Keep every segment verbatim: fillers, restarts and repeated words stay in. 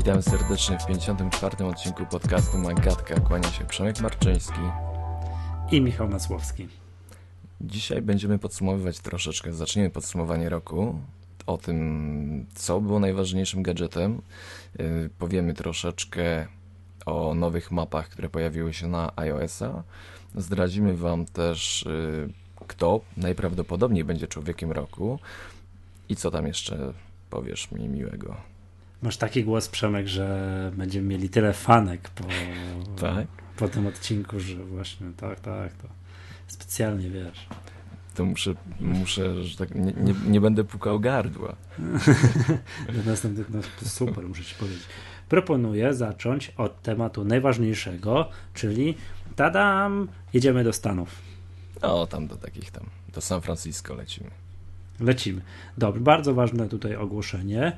Witam serdecznie w pięćdziesiątym czwartym odcinku podcastu Magatka. Kłania się Przemek Marczyński i Michał Masłowski. Dzisiaj będziemy podsumowywać troszeczkę, zaczniemy podsumowanie roku, o tym, co było najważniejszym gadżetem. Yy, powiemy troszeczkę o nowych mapach, które pojawiły się na iOS-a. Zdradzimy Wam też, yy, kto najprawdopodobniej będzie człowiekiem roku i co tam jeszcze powiesz mi miłego. Masz taki głos, Przemek, że będziemy mieli tyle fanek po, tak? po tym odcinku, że właśnie tak, tak, to specjalnie wiesz. To muszę, muszę że tak nie, nie, nie będę pukał gardła. Do następnych, no, super, muszę ci powiedzieć. Proponuję zacząć od tematu najważniejszego, czyli tadam, jedziemy do Stanów. O, tam do takich tam, do San Francisco lecimy. Lecimy. Dobrze, bardzo ważne tutaj ogłoszenie.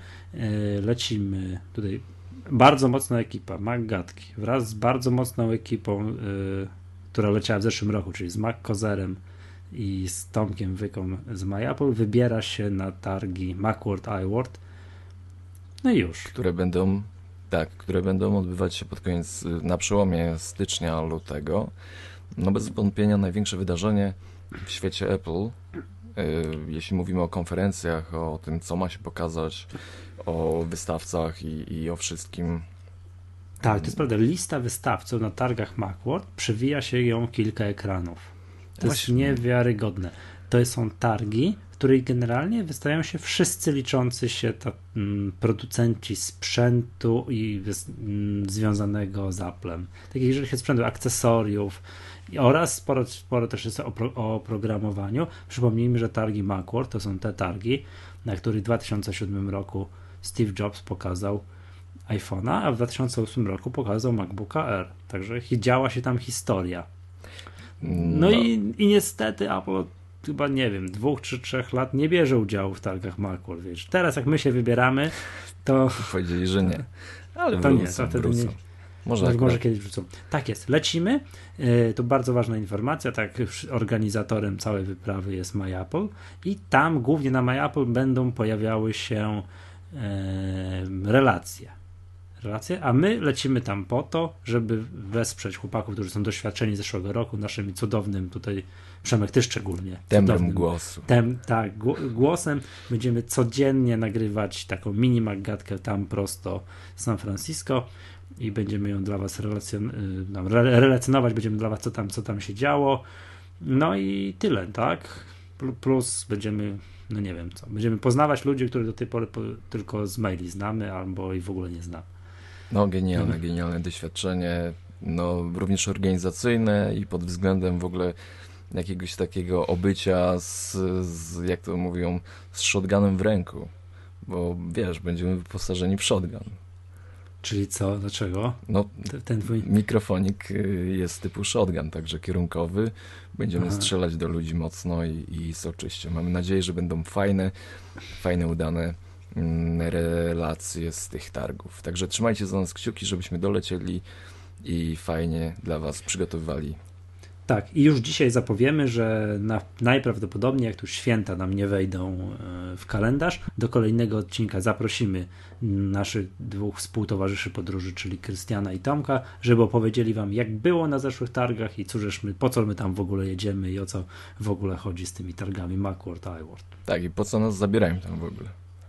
Lecimy tutaj. Bardzo mocna ekipa Magatki wraz z bardzo mocną ekipą, yy, która leciała w zeszłym roku, czyli z Mac Kozerem i z Tomkiem Wyką z MyApple, wybiera się na targi Macworld iWorld. No i już. Które będą, tak, które będą odbywać się pod koniec, na przełomie stycznia, lutego. No bez wątpienia największe wydarzenie w świecie Apple, jeśli mówimy o konferencjach, o tym, co ma się pokazać, o wystawcach i, i o wszystkim. Tak, to jest prawda. Lista wystawców na targach Macworld, przewija się ją kilka ekranów. To Właśnie. jest niewiarygodne. To są targi, w których generalnie wystawiają się wszyscy liczący się ta, m, producenci sprzętu i m, związanego z Applem. Tak jeżeli chodzi o sprzętu, akcesoriów, oraz sporo, sporo też jest o, pro, o programowaniu. Przypomnijmy, że targi Macworld to są te targi, na których w dwa tysiące siódmym roku Steve Jobs pokazał iPhone'a, a w dwa tysiące ósmym roku pokazał MacBooka Air. Także działa się tam historia. No, no. I, i niestety Apple chyba, nie wiem, dwóch czy trzech lat nie bierze udziału w targach Macworld. Wiesz, teraz jak my się wybieramy, to... Powiedzieli, że nie. Ale to wrócą, nie, to wtedy wrócą. nie. Może, może, może kiedyś wrócą. Tak jest, lecimy. Yy, to bardzo ważna informacja, tak, organizatorem całej wyprawy jest MyApple i tam głównie na MyApple będą pojawiały się yy, relacje. relacje, a my lecimy tam po to, żeby wesprzeć chłopaków, którzy są doświadczeni z zeszłego roku, naszym cudownym tutaj, Przemek, ty szczególnie. Tembrem głosu. Tem, tak, głosem będziemy codziennie nagrywać taką mini magatkę tam prosto z San Francisco i będziemy ją dla was relacjon- no, relacjonować, będziemy dla was co tam, co tam się działo. No i tyle, tak? Plus będziemy, no nie wiem co, będziemy poznawać ludzi, których do tej pory po, tylko z maili znamy albo i w ogóle nie znamy. No genialne, no. genialne doświadczenie, no również organizacyjne i pod względem w ogóle jakiegoś takiego obycia z, z jak to mówią, z shotgunem w ręku, bo wiesz, będziemy wyposażeni w shotgun. Czyli co? Dlaczego? No, ten twój... mikrofonik jest typu shotgun, także kierunkowy. Będziemy Aha. strzelać do ludzi mocno i, i soczyście. Mamy nadzieję, że będą fajne, fajne, udane mm, relacje z tych targów. Także trzymajcie za nas kciuki, żebyśmy dolecieli i fajnie dla was przygotowywali. Tak, i już dzisiaj zapowiemy, że na, najprawdopodobniej, jak tu święta nam nie wejdą w kalendarz, do kolejnego odcinka zaprosimy naszych dwóch współtowarzyszy podróży, czyli Krystiana i Tomka, żeby opowiedzieli wam, jak było na zeszłych targach i cóżeśmy, po co my tam w ogóle jedziemy i o co w ogóle chodzi z tymi targami Macworld, iWorld. Tak, i po co nas zabierają tam w ogóle.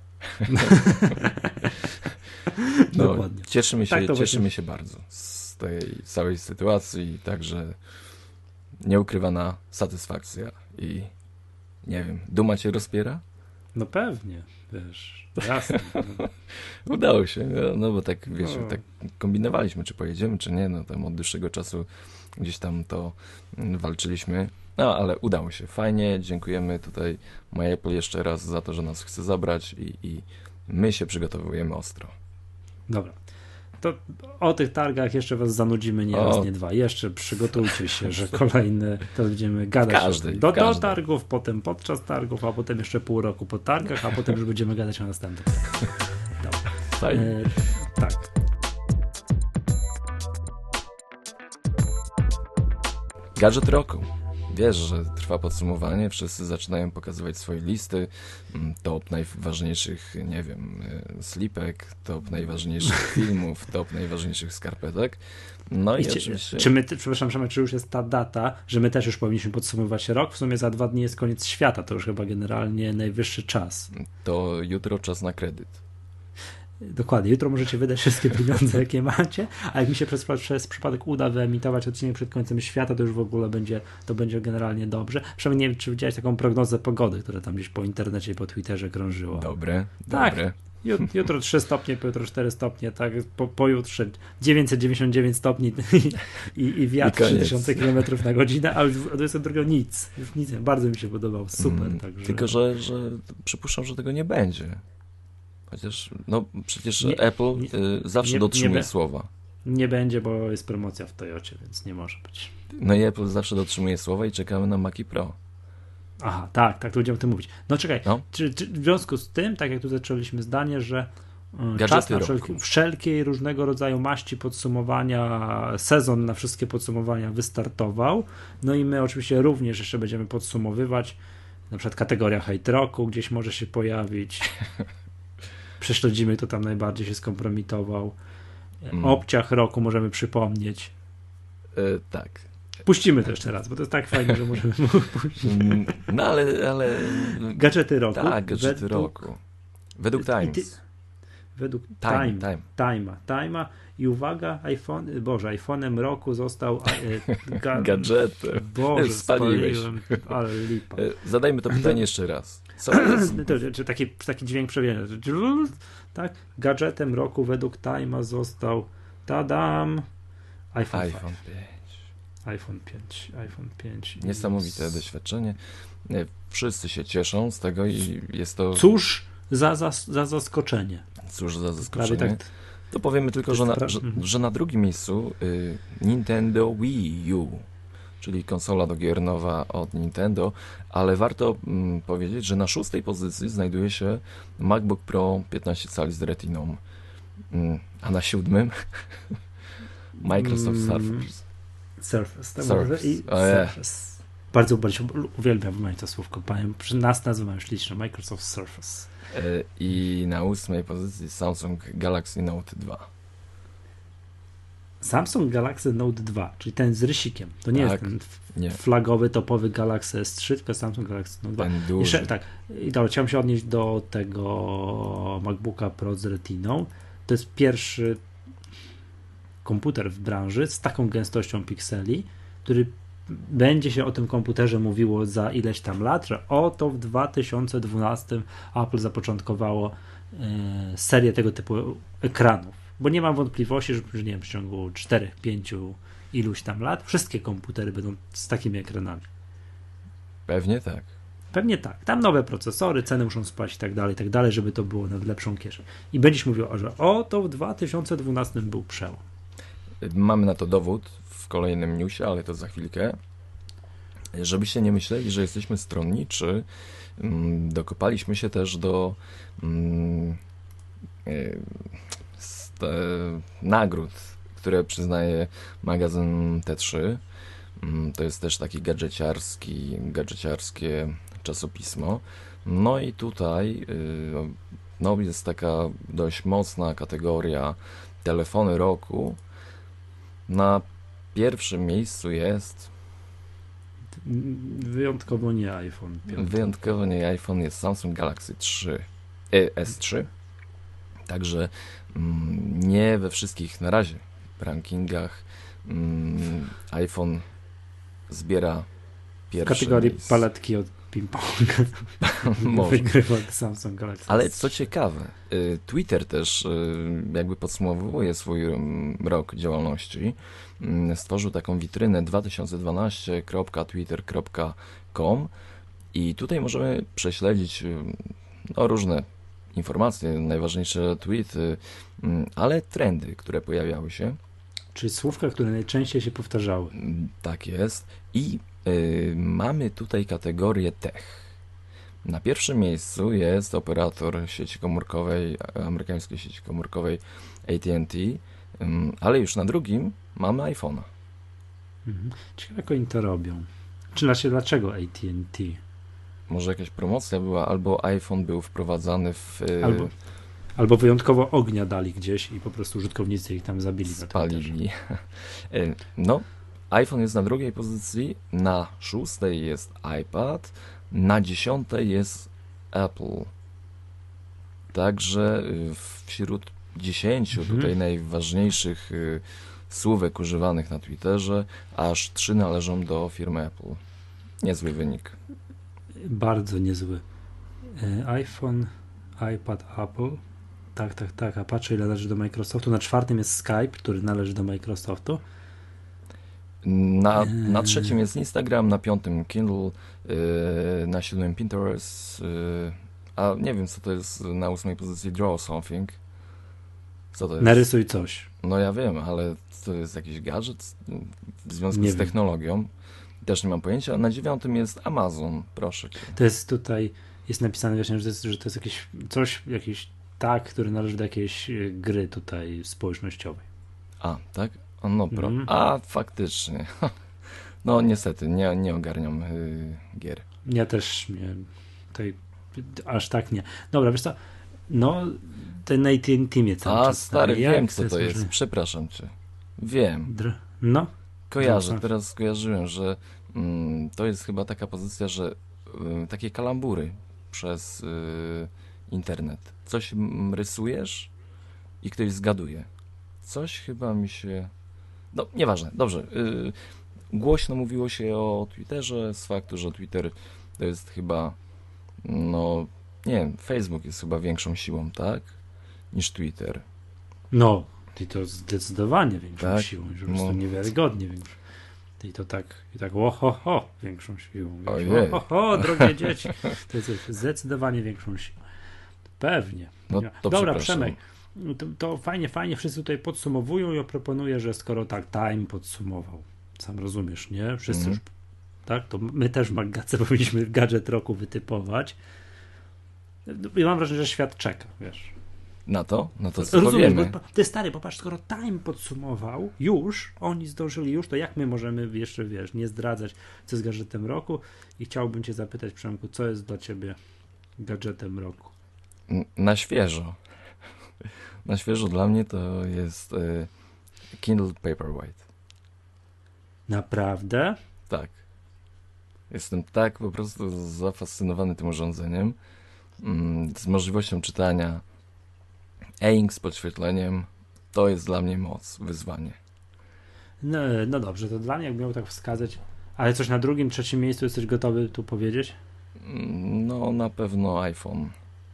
No, Dokładnie. Cieszymy się, tak cieszymy właśnie. się bardzo z tej całej sytuacji, także nieukrywana satysfakcja i nie wiem, duma cię rozpiera? No pewnie, wiesz, jasne. Udało się, no, no bo tak, wiesz, no. tak kombinowaliśmy, czy pojedziemy, czy nie, no tam od dłuższego czasu gdzieś tam to walczyliśmy, no ale udało się, fajnie, dziękujemy tutaj MyApple jeszcze raz za to, że nas chce zabrać i, i my się przygotowujemy ostro. Dobra. To o tych targach jeszcze was zanudzimy nie raz, o. nie dwa. Jeszcze przygotujcie się, że kolejne to będziemy gadać każdej, do, do każdej. targów, potem podczas targów, a potem jeszcze pół roku po targach, a potem już będziemy gadać o następnych. Dobra. Fajnie. E, tak. Gadżet roku. wiesz, że trwa podsumowanie, wszyscy zaczynają pokazywać swoje listy, top najważniejszych, nie wiem, slipek, top najważniejszych filmów, top najważniejszych skarpetek. No i, i oczywiście... Czy my, przepraszam, czy już jest ta data, że my też już powinniśmy podsumować rok? W sumie za dwa dni jest koniec świata, to już chyba generalnie najwyższy czas. To jutro czas na kredyt. Dokładnie, jutro możecie wydać wszystkie pieniądze, jakie macie, a jak mi się przez, przez przypadek uda wyemitować odcinek przed końcem świata, to już w ogóle będzie, to będzie generalnie dobrze. Przynajmniej nie wiem, czy widziałeś taką prognozę pogody, która tam gdzieś po internecie i po Twitterze krążyła. Dobre, tak. dobre. Jutro trzy stopnie, pojutrze cztery stopnie, tak, po, pojutrze dziewięćset dziewięćdziesiąt dziewięć stopni i, i wiatr trzy tysiące kilometrów na godzinę, a już o dwudziestej drugiej nic, już nic, bardzo mi się podobał, super. Mm, także... Tylko, że, że przypuszczam, że tego nie będzie. Chociaż, no przecież nie, Apple nie, y, zawsze nie, dotrzymuje nie słowa. Nie będzie, bo jest promocja w Toyocie, więc nie może być. No i Apple zawsze dotrzymuje słowa i czekamy na Maci Pro. Aha, tak, tak, to będziemy o tym mówić. No czekaj, no. Czy, czy w związku z tym, tak jak tu zaczęliśmy zdanie, że Gadżety czas na wszelki, wszelkiej różnego rodzaju maści podsumowania, sezon na wszystkie podsumowania wystartował, no i my oczywiście również jeszcze będziemy podsumowywać, na przykład kategoria hate roku gdzieś może się pojawić. Prześledzimy, kto tam najbardziej się skompromitował. Mm. Obciach roku możemy przypomnieć. Yy, tak. Puścimy to jeszcze raz, bo to jest tak fajne, że możemy puścić. No ale, ale... Gadżety roku. Tak, gadżety według... roku. Według Times. Ty... Według Time, time, time. Time'a. Time'a. I uwaga, iPhone, Boże, iPhone'em roku został e, ga... gadżetem. Boże, spaliłeś. Spaliłem, ale lipa. Zadajmy to pytanie jeszcze raz. Co jest? to, czy taki, taki dźwięk przewijania. Tak? Gadżetem roku według Time'a został tadam iPhone, iPhone pięć. iPhone pięć. iPhone pięć. Niesamowite z... doświadczenie. Wszyscy się cieszą z tego i jest to... Cóż za, za, za zaskoczenie. Cóż za zaskoczenie. Tak... To powiemy tylko, że na, że, że na drugim miejscu y, Nintendo Wii U, czyli konsola do gier nowa od Nintendo, ale warto mm, powiedzieć, że na szóstej pozycji znajduje się MacBook Pro piętnaście cali z Retiną, mm, a na siódmym Microsoft Surface. Surface, tak Surface. I Surface. Bardzo, bardzo uwielbiam wymawiać to słówko. Przy nas nazywam ślicznie Microsoft Surface. I na ósmej pozycji Samsung Galaxy Note dwa. Samsung Galaxy Note dwa, czyli ten z rysikiem. To nie tak, jest ten nie. flagowy, topowy Galaxy S trzy, tylko Samsung Galaxy Note dwa. Ten duży. Jeszcze, tak, i dobra, chciałem się odnieść do tego MacBooka Pro z Retiną. To jest pierwszy komputer w branży z taką gęstością pikseli, który będzie się o tym komputerze mówiło za ileś tam lat, że oto w dwa tysiące dwunastym Apple zapoczątkowało e, serię tego typu ekranów. Bo nie mam wątpliwości, że, że nie wiem, w ciągu czterech, pięciu iluś tam lat wszystkie komputery będą z takimi ekranami. Pewnie tak. Pewnie tak. Tam nowe procesory, ceny muszą spać i tak dalej, i tak dalej, żeby to było na lepszą kieszeń. I będziesz mówił, że oto w dwa tysiące dwunastym był przełom. Mamy na to dowód w kolejnym newsie, ale to za chwilkę. Żebyście nie myśleli, że jesteśmy stronniczy, dokopaliśmy się też do mm, st- nagród, które przyznaje magazyn T trzy. To jest też taki gadżeciarski, gadżeciarskie czasopismo. No i tutaj no, jest taka dość mocna kategoria telefony roku. Na pierwszym miejscu jest... Wyjątkowo nie iPhone pięć. Wyjątkowo nie iPhone, jest Samsung Galaxy trzy, e, S trzy. Także mm, nie we wszystkich na razie rankingach mm, iPhone zbiera pierwsze w kategorii miejsce. paletki od ping-ponga wygrywa Samsung Galaxy. Ale co ciekawe, Twitter też jakby podsumowuje swój rok działalności. Stworzył taką witrynę dwa tysiące dwanaście kropka twitter kropka com i tutaj możemy prześledzić no, różne informacje, najważniejsze tweety, ale trendy, które pojawiały się. Czyli słówka, które najczęściej się powtarzały. Tak jest. I y, mamy tutaj kategorię tech. Na pierwszym miejscu jest operator sieci komórkowej, amerykańskiej sieci komórkowej A T and T, y, ale już na drugim mamy iPhone'a. Mhm. Ciekawe, jak oni to robią. Czy znaczy, dlaczego A T and T? Może jakaś promocja była, albo iPhone był wprowadzany w... Albo, albo wyjątkowo ognia dali gdzieś i po prostu użytkownicy ich tam zabili. Spalili. No, iPhone jest na drugiej pozycji, na szóstej jest iPad, na dziesiątej jest Apple. Także wśród dziesięciu mhm. tutaj najważniejszych słówek używanych na Twitterze, aż trzy należą do firmy Apple. Niezły wynik. Bardzo niezły. iPhone, iPad, Apple. Tak, tak, tak. A patrzę, ile należy do Microsoftu. Na czwartym jest Skype, który należy do Microsoftu. Na, na trzecim jest Instagram, na piątym Kindle, yy, na siódmym Pinterest, yy, a nie wiem, co to jest na ósmej pozycji Draw Something. Co to jest? Narysuj coś. No ja wiem, ale to jest jakiś gadżet w związku nie z wiem. technologią. Też nie mam pojęcia. Na dziewiątym jest Amazon, proszę cię. To jest tutaj, jest napisane właśnie, że to jest, że to jest jakieś coś, jakiś tag, który należy do jakiejś gry tutaj społecznościowej. A, tak? No, pro. Mm. A, faktycznie. No niestety, nie, nie ogarniam yy, gier. Ja też nie, tutaj aż tak nie. Dobra, wiesz co, no ten A T and T mnie cały A, czas stary, jak wiem, co to jest. może... Przepraszam cię. Wiem. Dr... No. Kojarzę, teraz skojarzyłem, że mm, to jest chyba taka pozycja, że y, takie kalambury przez y, internet. Coś m, rysujesz i ktoś zgaduje. Coś chyba mi się... No, nieważne, dobrze. Y, głośno mówiło się o Twitterze z faktu, że Twitter to jest chyba, no, nie wiem, Facebook jest chyba większą siłą, tak? Niż Twitter. No, i to zdecydowanie większą tak? siłą, już no. To niewiarygodnie większą. I to tak, i tak o ho, ho, większą siłą. O ho, ho, drogie dzieci. To jest zdecydowanie większą siłą. Pewnie. No, to dobra, Przemek. To, to fajnie, fajnie wszyscy tutaj podsumowują i ja proponuję, że skoro tak Time podsumował, sam rozumiesz, nie? Wszyscy mm. już, tak? To my też w Maggace powinniśmy gadżet roku wytypować. I mam wrażenie, że świat czeka, wiesz. Na to? No to co rozumiesz, powiemy? Bo, ty stary, popatrz, skoro Time podsumował już, oni zdążyli już, to jak my możemy jeszcze, wiesz, nie zdradzać, co jest gadżetem roku? I chciałbym cię zapytać, Przemku, co jest dla ciebie gadżetem roku? Na świeżo. Na świeżo dla mnie to jest y, Kindle Paperwhite. Naprawdę? Tak. Jestem tak po prostu zafascynowany tym urządzeniem. Mm, z możliwością czytania e-ink z podświetleniem. To jest dla mnie moc, wyzwanie. No, no dobrze, to dla mnie jakbym miał tak wskazać, ale coś na drugim, trzecim miejscu jesteś gotowy tu powiedzieć? No na pewno iPhone.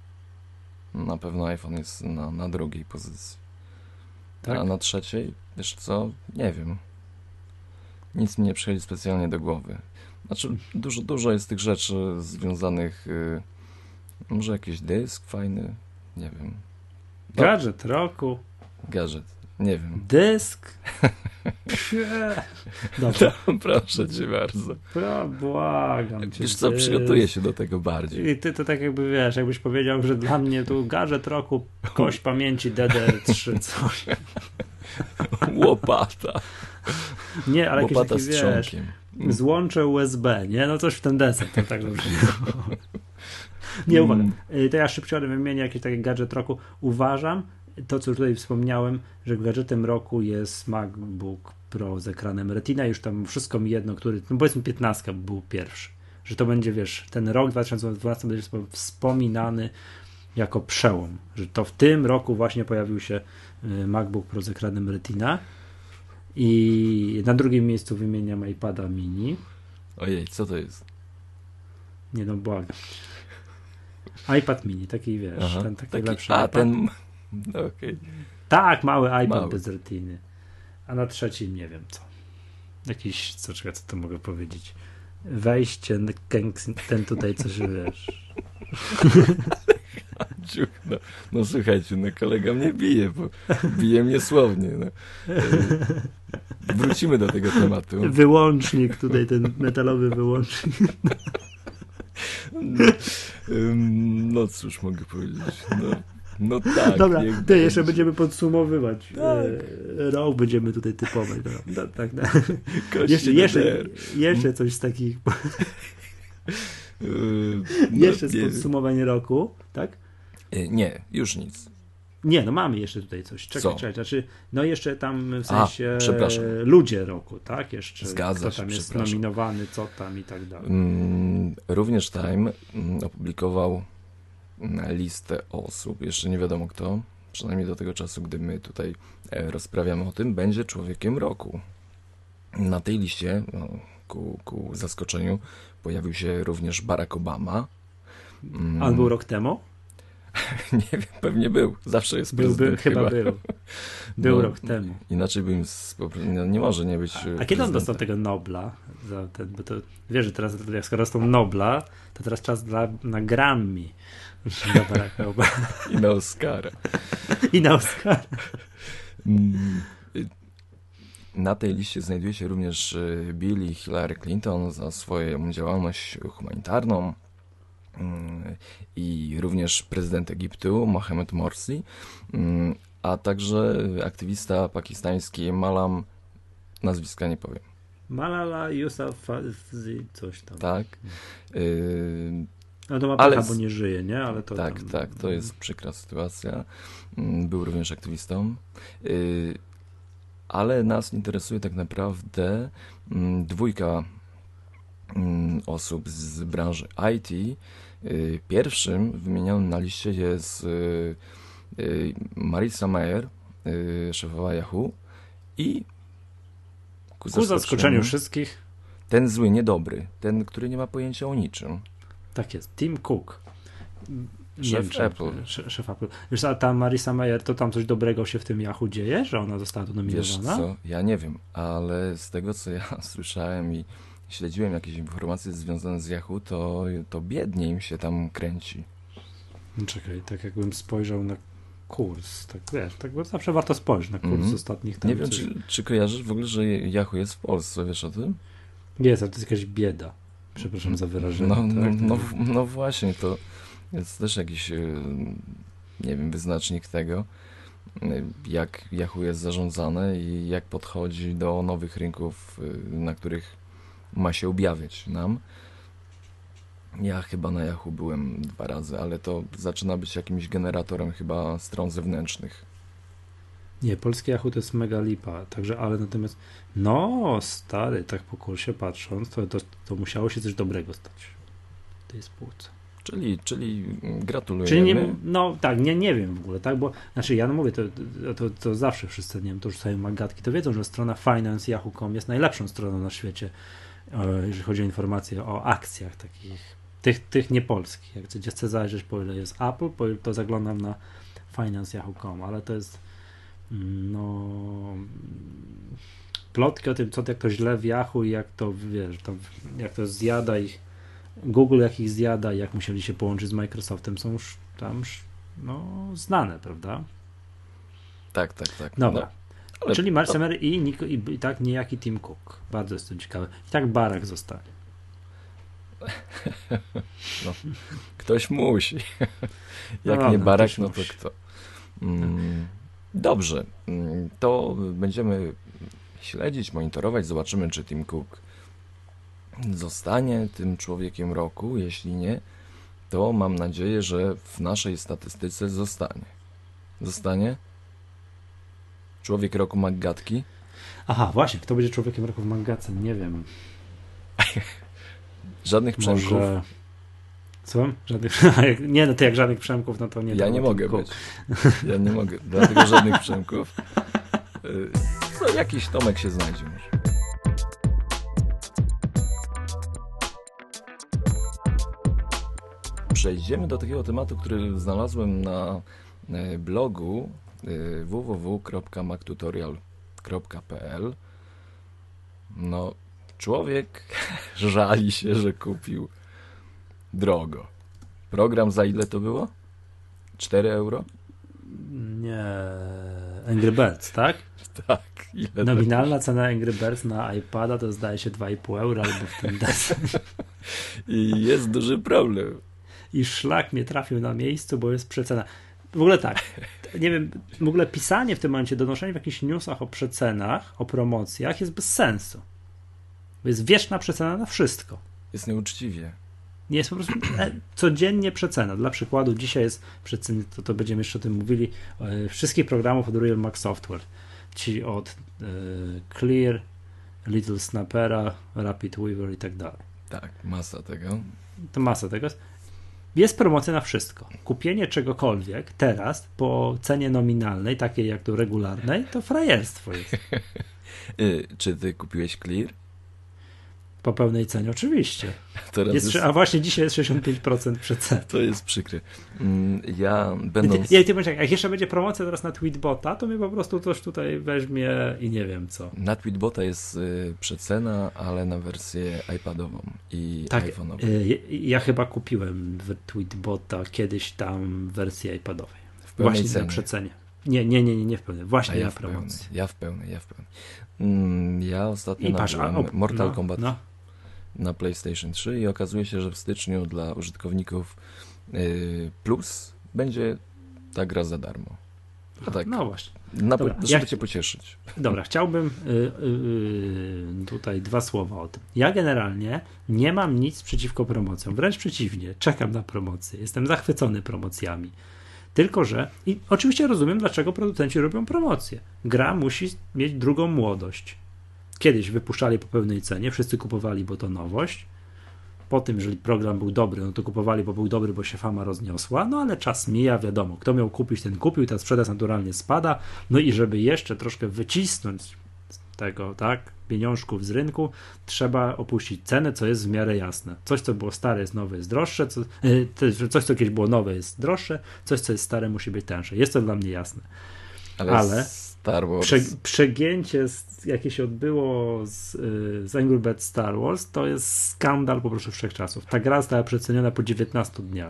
Na pewno iPhone jest na, na drugiej pozycji. Tak? A na trzeciej, wiesz co, nie wiem. Nic mi nie przychodzi specjalnie do głowy. Znaczy, dużo, dużo jest tych rzeczy związanych, yy, może jakiś dysk fajny, nie wiem. Do... Gadżet roku. Gadżet, nie wiem. Dysk. Dobrze. No, proszę cię bardzo. Pro, błagam cię. Wiesz co, przygotuję się do tego bardziej. I ty to tak jakby, wiesz, jakbyś powiedział, że dla mnie tu gadżet roku, kość pamięci D D R trzy, coś. Łopata. Nie, ale Łopata jakieś takie, wiesz, złącze U S B, nie? No coś w ten deseń, to tak dobrze. Nie, uwaga. To ja szybciej wymienię jakiś taki gadżet roku. Uważam, to co już tutaj wspomniałem, że gadżetem roku jest MacBook Pro z ekranem Retina, już tam wszystko mi jedno, który, no powiedzmy piętnastka był pierwszy, że to będzie, wiesz, ten rok dwa tysiące dwunasty będzie wspominany jako przełom, że to w tym roku właśnie pojawił się MacBook Pro z ekranem Retina i na drugim miejscu wymieniam iPada mini. Ojej, co to jest? Nie no, błagam. iPad mini, taki wiesz, Aha, ten taki, taki lepszy a, iPad. ten... No, okay. Tak, mały iPad mały. bez retiny. A na trzecim nie wiem co. Jakiś, co, czekaj, co to mogę powiedzieć? Wejście, ten tutaj coś, wiesz. No, no słuchajcie, no kolega mnie bije, bo bije mnie słownie. No. Wrócimy do tego tematu. Wyłącznik, tutaj ten metalowy wyłącznik. No, no cóż mogę powiedzieć. No, no tak. Dobra, ty jeszcze będziemy podsumowywać tak. rok będziemy tutaj typować. No, no, tak, no. Jeszcze, jeszcze, jeszcze coś z takich... Yy, no, jeszcze z podsumowania roku, tak? Nie, już nic. Nie, no mamy jeszcze tutaj coś. Czekaj, Co? czekaj, znaczy, no jeszcze tam w sensie A, przepraszam. ludzie roku, tak? Jeszcze Zgadza kto tam się, jest nominowany, co tam i tak dalej. Mm, również Time mm, opublikował listę osób, jeszcze nie wiadomo kto, przynajmniej do tego czasu, gdy my tutaj e, rozprawiamy o tym, będzie człowiekiem roku. Na tej liście, no, ku, ku zaskoczeniu, pojawił się również Barack Obama. Mm. A był rok temu? Nie wiem, pewnie był. Zawsze jest był, prezydent. Był, chyba, chyba był. Był no, rok temu. Inaczej bym... No, nie może nie być... A, a kiedy on dostał tego Nobla? Za ten, bo to, wiesz, że teraz jak skoro dostał Nobla, to teraz czas dla, na Grammy. Dla Baracka Obama. I na Oscara. I na Oscara. Na tej liście znajduje się również Bill i Hillary Clinton za swoją działalność humanitarną i również prezydent Egiptu Mohamed Morsi, a także aktywista pakistański Malam, nazwiska nie powiem. Malala Yousafzai, coś tam. Tak. No to ma pecha, bo nie żyje, nie? Ale to tak, tam... tak, to jest przykra sytuacja. Był również aktywistą. Ale nas interesuje tak naprawdę dwójka osób z branży I T. Pierwszym wymienionym na liście jest Marissa Mayer, szefowa Yahoo, i ku, ku zaskoczeniu wszystkich ten zły, niedobry, ten, który nie ma pojęcia o niczym. Tak jest, Tim Cook. Szef wiem, Apple. Szef, szef Apple. Wiesz, a ta Marissa Mayer, to tam coś dobrego się w tym Yahoo dzieje, że ona została tu nominowana? Wiesz co, ja nie wiem, ale z tego, co ja słyszałem i śledziłem jakieś informacje związane z Yahoo, to, to biednie im się tam kręci. No czekaj, tak jakbym spojrzał na kurs, tak wiesz, tak bo zawsze warto spojrzeć na kurs mm-hmm. ostatnich tam. Nie wiem, czy, czy kojarzysz w ogóle, że Yahoo jest w Polsce, wiesz o tym? Jest, ale to jest jakaś bieda. Przepraszam za wyrażenie. No, tak? no, no, no właśnie, to jest też jakiś, nie wiem, wyznacznik tego, jak Yahoo jest zarządzane i jak podchodzi do nowych rynków, na których ma się objawiać nam. Ja chyba na Yahoo byłem dwa razy, ale to zaczyna być jakimś generatorem chyba stron zewnętrznych. Nie, polskie Yahoo to jest mega lipa, także, ale natomiast no stary, tak po kursie patrząc, to, to, to musiało się coś dobrego stać w tej spółce. Czyli, czyli gratulujemy. Czyli nie, no tak, nie, nie wiem w ogóle, tak, bo znaczy ja no mówię, to, to, to zawsze wszyscy, nie wiem, to rzucają magatki, to wiedzą, że strona finance yahoo kropka com jest najlepszą stroną na świecie, jeżeli chodzi o informacje o akcjach takich, tych, tych niepolskich. Jak gdzie chcę zajrzeć, po ile jest Apple, po ile to zaglądam na finance yahoo kropka com, ale to jest no plotki o tym, co jak to źle w Yahoo i jak to, wiesz, to, jak to zjada ich Google, jak ich zjada i jak musieli się połączyć z Microsoftem, są już tam no, znane, prawda? Tak, tak, tak. Dobra. No, ale... Czyli Marissa Mayer i, i, i, i tak niejaki Tim Cook. Bardzo jest to ciekawe. I tak Barack zostanie. No, ktoś musi. Jak no, nie no, Barack, no to musi. kto? Mm, dobrze. To będziemy śledzić, monitorować, zobaczymy, czy Tim Cook zostanie tym człowiekiem roku. Jeśli nie, to mam nadzieję, że w naszej statystyce zostanie. Zostanie? Człowiek roku Maggatki? Aha, właśnie, kto będzie człowiekiem roku w Maggace? Nie wiem. Żadnych przemków? Może... Co? Żadnych... Nie, no to jak żadnych przemków, no to nie. Ja nie mogę być. Ja nie mogę, dlatego żadnych przemków. No, jakiś Tomek się znajdzie może. Przejdziemy do takiego tematu, który znalazłem na blogu w w w kropka mac tutorial kropka p l. No, człowiek żali się, że kupił drogo. Program za ile to było? cztery euro? Nie. Angry Birds, tak? Tak. Ile Nominalna cena Angry Birds na iPada to zdaje się dwa i pół euro albo w tym deseń. I jest duży problem. I szlak mnie trafił na miejscu, bo jest przecena. w ogóle tak, nie wiem, w ogóle pisanie w tym momencie, donoszenie w jakichś newsach o przecenach, o promocjach jest bez sensu. Bo jest wieczna przecena na wszystko. Jest nieuczciwie. Nie jest po prostu e, codziennie przecena. Dla przykładu dzisiaj jest przeceny, to, to będziemy jeszcze o tym mówili, e, wszystkich programów od Real Mac Software, ci od e, Clear, Little Snappera, Rapid Weaver i tak dalej. Tak, masa tego. To masa tego. Jest promocja na wszystko. Kupienie czegokolwiek teraz po cenie nominalnej, takiej jak tu regularnej, to frajerstwo jest. y, czy ty kupiłeś Clear? Po pełnej cenie, oczywiście. Teraz Jest, jest... A właśnie dzisiaj jest sześćdziesiąt pięć procent przeceny. To jest przykre. Ja będąc... Ja, ty, ty, jak jeszcze będzie promocja teraz na Tweetbota, to mnie po prostu coś tutaj weźmie i nie wiem co. Na Tweetbota jest y, przecena, ale na wersję iPadową i tak, iPhone'ową. Y, ja chyba kupiłem w Tweetbota kiedyś tam wersję iPadowej. W pełnej właśnie cenie. Na przecenie. Nie, nie, nie, nie, nie w pełnej. Właśnie ja na w pełnej, promocji. ja w pełnej, ja w pełnej. Mm, ja ostatnio I patrz, a, nabyłem op, Mortal no, Kombat no. na PlayStation trzy i okazuje się, że w styczniu dla użytkowników y, Plus będzie ta gra za darmo. A tak, no właśnie. na, Dobra, żeby ja... cię pocieszyć. Dobra, chciałbym y, y, y, tutaj dwa słowa o tym. Ja generalnie nie mam nic przeciwko promocjom, wręcz przeciwnie, czekam na promocje, jestem zachwycony promocjami. Tylko że, i oczywiście rozumiem, dlaczego producenci robią promocje. Gra musi mieć drugą młodość. Kiedyś wypuszczali po pełnej cenie, wszyscy kupowali, bo to nowość. Po tym, jeżeli program był dobry, no to kupowali, bo był dobry, bo się fama rozniosła, no ale czas mija, wiadomo, kto miał kupić, ten kupił, ta sprzedaż naturalnie spada, no i żeby jeszcze troszkę wycisnąć z tego, tak, pieniążków z rynku, trzeba opuścić cenę, co jest w miarę jasne. Coś, co było stare, jest nowe, jest droższe, co, yy, coś, co kiedyś było nowe, jest droższe, coś, co jest stare, musi być tańsze. Jest to dla mnie jasne. Ale, ale Star Wars... Prze, przegięcie, z, jakie się odbyło z, y, z Angry Birds Star Wars, to jest skandal po prostu wszechczasów. Ta gra została przeceniona po dziewiętnastu dniach.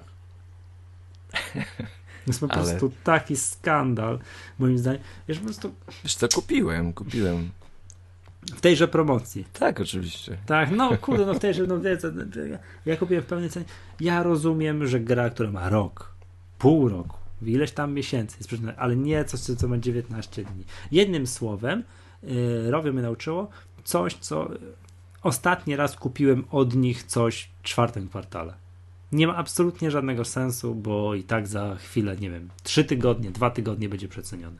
Jest po Ale... prostu taki skandal, moim zdaniem. Wiesz, po prostu... Wiesz co, kupiłem, kupiłem. W tejże promocji. Tak, oczywiście. Tak, no kurde, no w tejże, no ja, ja kupiłem w pełnej cenie. Ja rozumiem, że gra, która ma rok, pół roku, w ileś tam miesięcy jest przeceniona, ale nie coś, co ma dziewiętnaście dni. Jednym słowem, yy, Rowie mnie nauczyło coś, co ostatni raz kupiłem od nich coś w czwartym kwartale. Nie ma absolutnie żadnego sensu, bo i tak za chwilę, nie wiem, trzy tygodnie, dwa tygodnie będzie przeceniony.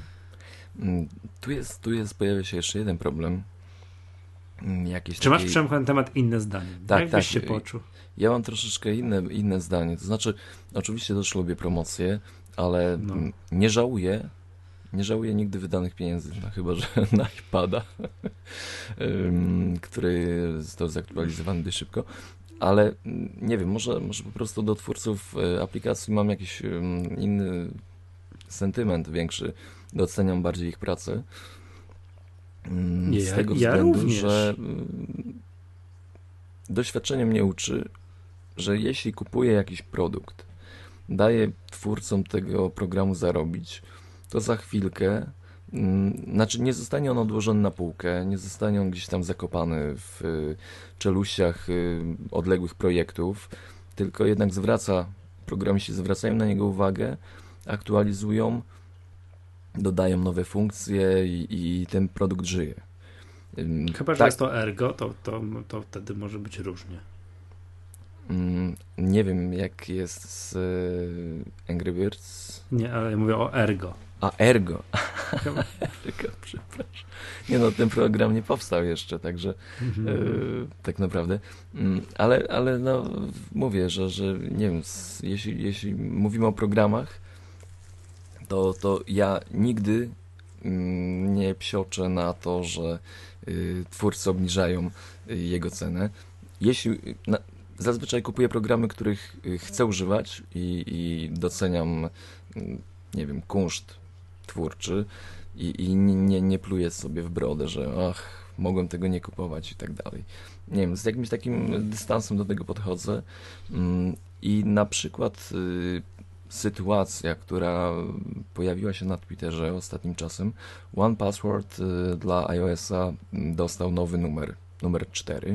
Tu jest, tu jest, pojawia się jeszcze jeden problem. Jakieś Czy masz, takiej... Przemku, na temat inne zdanie? Tak, Jak tak. byś się poczuł? Ja mam troszeczkę inne, inne zdanie. To znaczy, oczywiście też lubię promocje, ale No. nie żałuję, nie żałuję nigdy wydanych pieniędzy, no chyba że na iPada, który został zaktualizowany dość szybko. Ale nie wiem, może, może po prostu do twórców aplikacji mam jakiś inny sentyment większy, doceniam bardziej ich pracę. Z ja, tego ja względu, również. że doświadczenie mnie uczy, że jeśli kupuję jakiś produkt, daję twórcom tego programu zarobić, to za chwilkę, znaczy nie zostanie on odłożony na półkę, nie zostanie on gdzieś tam zakopany w czeluściach odległych projektów, tylko jednak zwraca, programiści zwracają na niego uwagę, aktualizują, dodają nowe funkcje i, i ten produkt żyje. Chyba, że tak, jest to Ergo, to, to, to wtedy może być różnie. Nie wiem, jak jest z Angry Birds. Nie, ale ja mówię o Ergo. A, Ergo. Ergo, przepraszam. Nie no, ten program nie powstał jeszcze, także mm-hmm. e, tak naprawdę. Ale, ale no, mówię, że, że nie wiem, jeśli, jeśli mówimy o programach, to, to ja nigdy nie psioczę na to, że y, twórcy obniżają y, jego cenę. Jeśli na, zazwyczaj kupuję programy, których y, chcę używać i, i doceniam, y, nie wiem, kunszt twórczy i, i nie, nie pluję sobie w brodę, że ach, mogłem tego nie kupować i tak dalej. Nie wiem, z jakimś takim dystansem do tego podchodzę y, i na przykład y, sytuacja, która pojawiła się na Twitterze ostatnim czasem. One Password y, dla iOS-a dostał nowy numer, numer cztery.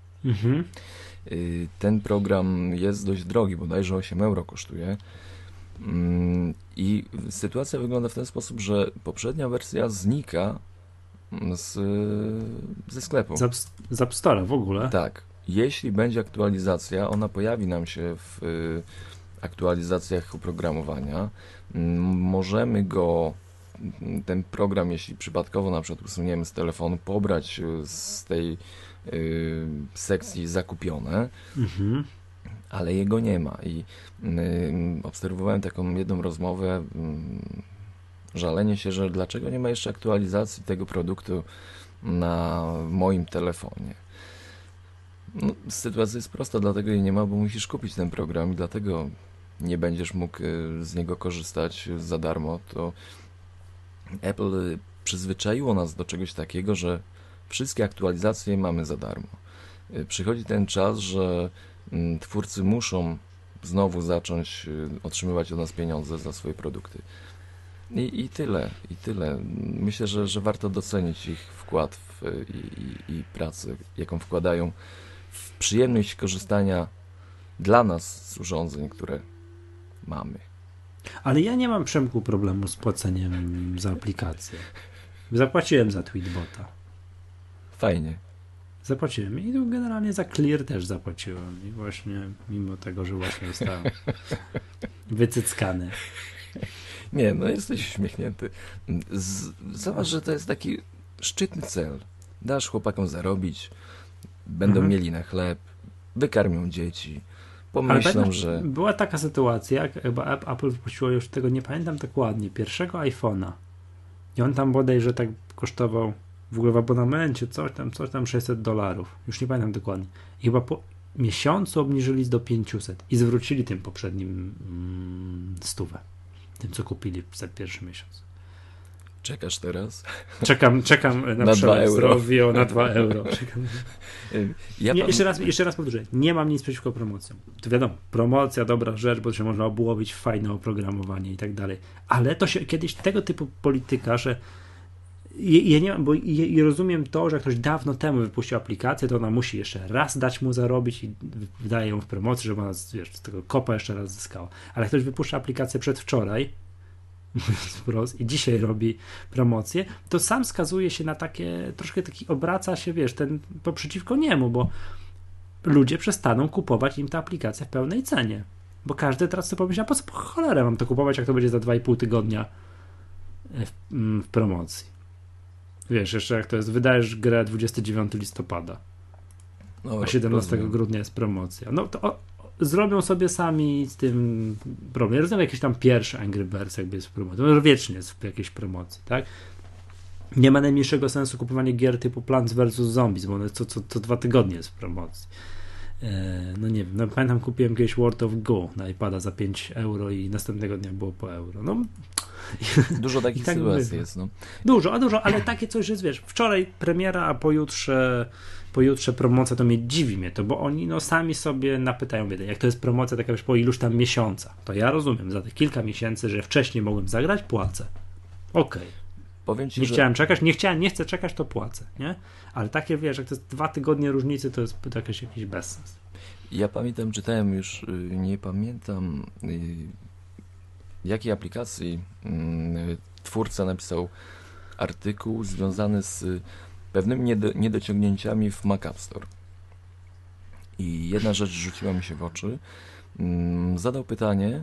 Mhm. Y, ten program jest dość drogi, bodajże osiem euro kosztuje. I sytuacja wygląda w ten sposób, że poprzednia wersja znika z, ze sklepu. Z, z App Store'a w ogóle? Tak. Jeśli będzie aktualizacja, ona pojawi nam się w aktualizacjach oprogramowania. Możemy go, ten program, jeśli przypadkowo na przykład usuniemy z telefonu, pobrać z tej y, sekcji zakupione, mhm. ale jego nie ma. I y, obserwowałem taką jedną rozmowę, y, żalenie się, że dlaczego nie ma jeszcze aktualizacji tego produktu na moim telefonie. No, sytuacja jest prosta, dlatego jej nie ma, bo musisz kupić ten program i dlatego nie będziesz mógł z niego korzystać za darmo. To Apple przyzwyczaiło nas do czegoś takiego, że wszystkie aktualizacje mamy za darmo. Przychodzi ten czas, że twórcy muszą znowu zacząć otrzymywać od nas pieniądze za swoje produkty. I, i tyle, i tyle. Myślę, że, że warto docenić ich wkład w, i, i, i pracę, jaką wkładają w przyjemność korzystania dla nas z urządzeń, które mamy. Ale ja nie mam, Przemku, problemu z płaceniem za aplikację. Zapłaciłem za Tweetbota. Fajnie. Zapłaciłem i tu generalnie za Clear też zapłaciłem. I właśnie mimo tego, że właśnie zostałem wycyckany. Nie, no jesteś uśmiechnięty. Z, zobacz, że to jest taki szczytny cel. Dasz chłopakom zarobić, będą mhm. mieli na chleb, wykarmią dzieci, pomyślą, ale że... Była taka sytuacja, jak chyba Apple wypuściło już tego, nie pamiętam dokładnie, pierwszego iPhone'a i on tam bodajże tak kosztował w ogóle w abonamencie coś tam, coś tam sześćset dolarów. Już nie pamiętam dokładnie. I chyba po miesiącu obniżyli do pięćset i zwrócili tym poprzednim mm, stówę. Tym, co kupili za pierwszy miesiąc. Czekasz teraz? Czekam, czekam na, na dwa euro. Na dwa euro. Czekam. Ja nie, pan... jeszcze, raz, jeszcze raz powtórzę. Nie mam nic przeciwko promocjom. To wiadomo, promocja, dobra rzecz, bo się można obłowić w fajne oprogramowanie i tak dalej. Ale to się kiedyś tego typu polityka, że ja, ja nie mam, bo ja, ja rozumiem to, że jak ktoś dawno temu wypuścił aplikację, to ona musi jeszcze raz dać mu zarobić i wydaje ją w promocji, żeby ona, wiesz, z tego kopa jeszcze raz zyskała. Ale jak ktoś wypuszcza aplikację przedwczoraj, mówiąc wprost, i dzisiaj robi promocję, to sam skazuje się na takie, troszkę taki obraca się, wiesz, ten, to przeciwko niemu, bo ludzie przestaną kupować im tę aplikację w pełnej cenie. Bo każdy teraz sobie pomyśli, a po co po cholerę mam to kupować, jak to będzie za dwa i pół tygodnia w, w promocji. Wiesz, jeszcze jak to jest, wydajesz grę dwudziestego dziewiątego listopada, no, a siedemnastego rozumiem. grudnia jest promocja. No to o, zrobią sobie sami z tym problem. Ja rozumiem, jakieś tam pierwsze Angry Birds jakby jest w promocji. No, wiecznie jest w jakiejś promocji, tak? Nie ma najmniejszego sensu kupowanie gier typu Plants versus. Zombies, bo one co, co, co dwa tygodnie jest w promocji. E, no nie wiem, no, pamiętam, kupiłem kiedyś World of Go na iPada za pięć euro i następnego dnia było po euro. No dużo takich tak sytuacji jest, no. Dużo, a dużo, ale takie coś jest, wiesz, wczoraj premiera, a pojutrze pojutrze promocja, to mnie dziwi mnie to, bo oni no sami sobie napytają, wie, jak to jest promocja taka, wiesz, po iluś tam miesiącach, to ja rozumiem, za te kilka miesięcy, że wcześniej mogłem zagrać, płacę. Okej. Okay. Powiem ci, nie że... chciałem czekać, nie chciałem, nie chcę czekać, to płacę, nie? Ale takie, wiesz, jak to jest dwa tygodnie różnicy, to jest to jakiś, jakiś bezsens. Ja pamiętam, czytałem już, nie pamiętam jakiej aplikacji twórca napisał artykuł związany z pewnymi niedo, niedociągnięciami w Mac App Store. I jedna rzecz rzuciła mi się w oczy. Zadał pytanie,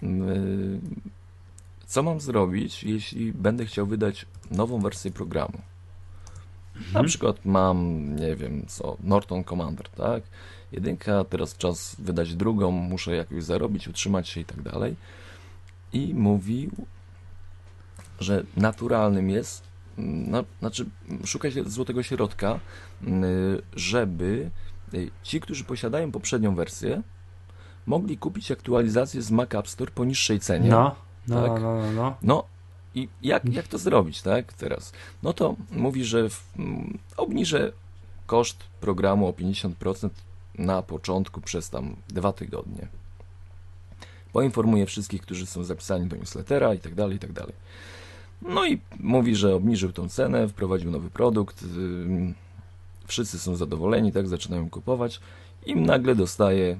co mam zrobić, jeśli będę chciał wydać nową wersję programu. Mhm. Na przykład mam, nie wiem co, Norton Commander, tak? Jedynka, teraz czas wydać drugą, muszę jakoś zarobić, utrzymać się i tak dalej. I mówił, że naturalnym jest, no, znaczy szukać złotego środka, żeby ci, którzy posiadają poprzednią wersję, mogli kupić aktualizację z Mac App Store po niższej cenie. No, no, tak? no, no, no. No i jak, jak to zrobić, tak, teraz? No to mówi, że w, obniżę koszt programu o pięćdziesiąt procent na początku przez tam dwa tygodnie. Poinformuje wszystkich, którzy są zapisani do newslettera i tak dalej, i tak dalej. No i mówi, że obniżył tą cenę, wprowadził nowy produkt, yy, wszyscy są zadowoleni, tak, zaczynają kupować i nagle dostaje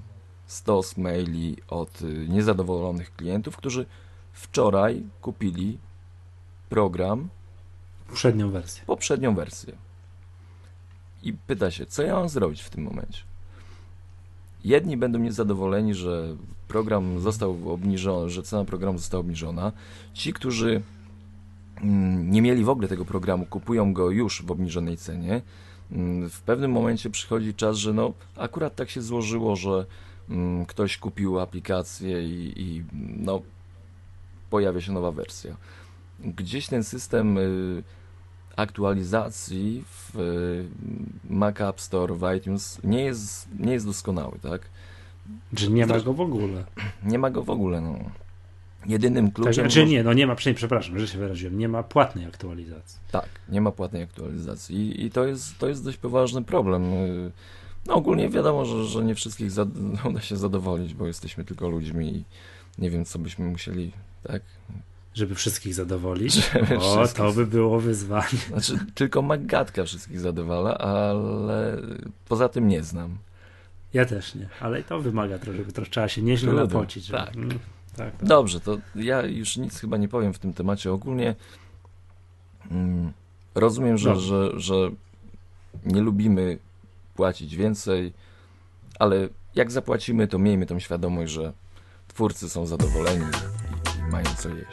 stos maili od niezadowolonych klientów, którzy wczoraj kupili program, poprzednią wersję. poprzednią wersję. I pyta się, co ja mam zrobić w tym momencie? Jedni będą niezadowoleni, że program został obniżony, że cena programu została obniżona. Ci, którzy nie mieli w ogóle tego programu, kupują go już w obniżonej cenie. W pewnym momencie przychodzi czas, że no akurat tak się złożyło, że ktoś kupił aplikację i, i no pojawia się nowa wersja. Gdzieś ten system aktualizacji w Mac App Store, w iTunes nie jest, nie jest doskonały, tak? Że nie ma go w ogóle. Nie ma go w ogóle, no. Jedynym kluczem... Tak, znaczy może... nie, no nie ma, przepraszam, że się wyraziłem, nie ma płatnej aktualizacji. Tak, nie ma płatnej aktualizacji i, i to, jest, to jest dość poważny problem. No ogólnie wiadomo, że, że nie wszystkich zad... uda się zadowolić, bo jesteśmy tylko ludźmi i nie wiem, co byśmy musieli, tak... Żeby wszystkich zadowolić? Żeby o, wszystkich... to by było wyzwanie. Znaczy, tylko Magatka wszystkich zadowala, ale poza tym nie znam. Ja też nie, ale to wymaga trochę, to trzeba się nieźle Trudno, napocić. Żeby... tak. Mm, tak, tak. Dobrze, to ja już nic chyba nie powiem w tym temacie. Ogólnie mm, rozumiem, że, że, że nie lubimy płacić więcej, ale jak zapłacimy, to miejmy tą świadomość, że twórcy są zadowoleni i, i mają co jeść.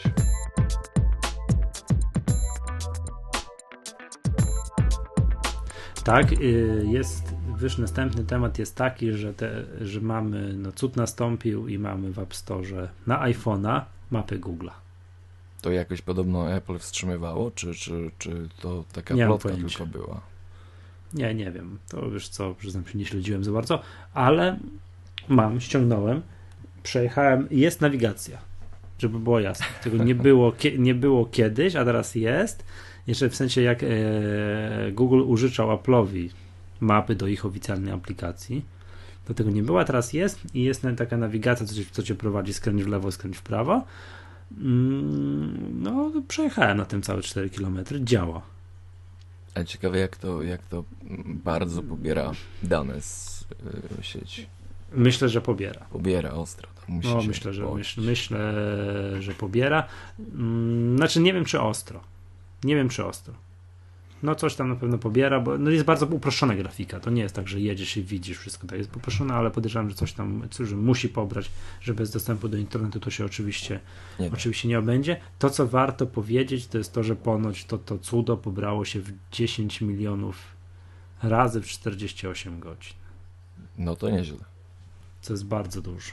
Tak, jest, wiesz, następny temat jest taki, że, te, że mamy, no cud nastąpił i mamy w App Store na iPhone'a mapy Google'a. To jakoś podobno Apple wstrzymywało, czy, czy, czy to taka nie plotka tylko była? Nie, nie wiem, to wiesz co, przyznam się, nie śledziłem za bardzo, ale mam, ściągnąłem, przejechałem, jest nawigacja, żeby było jasne. Tego nie było, nie było kiedyś, a teraz jest. Jeszcze w sensie jak e, Google użyczał Apple'owi mapy do ich oficjalnej aplikacji, do tego nie było, a teraz jest i jest taka nawigacja, co cię, co cię prowadzi, skręć w lewo, skręć w prawo. Mm, no, przejechałem na tym całe cztery kilometry, działa. Ale ciekawe jak to, jak to bardzo pobiera dane z y, sieci. Myślę, że pobiera. Pobiera ostro. Musi no, się myślę, że, myśl, myślę, że pobiera. Mm, znaczy nie wiem, czy ostro. Nie wiem, czy ostro. No coś tam na pewno pobiera, bo no jest bardzo uproszczona grafika. To nie jest tak, że jedziesz i widzisz wszystko. To jest uproszczone, ale podejrzewam, że coś tam że musi pobrać, że bez dostępu do internetu to się oczywiście nie, oczywiście nie obędzie. To, co warto powiedzieć, to jest to, że ponoć to, to cudo pobrało się w dziesięć milionów razy w czterdzieści osiem godzin. No to nieźle. Co jest bardzo dużo.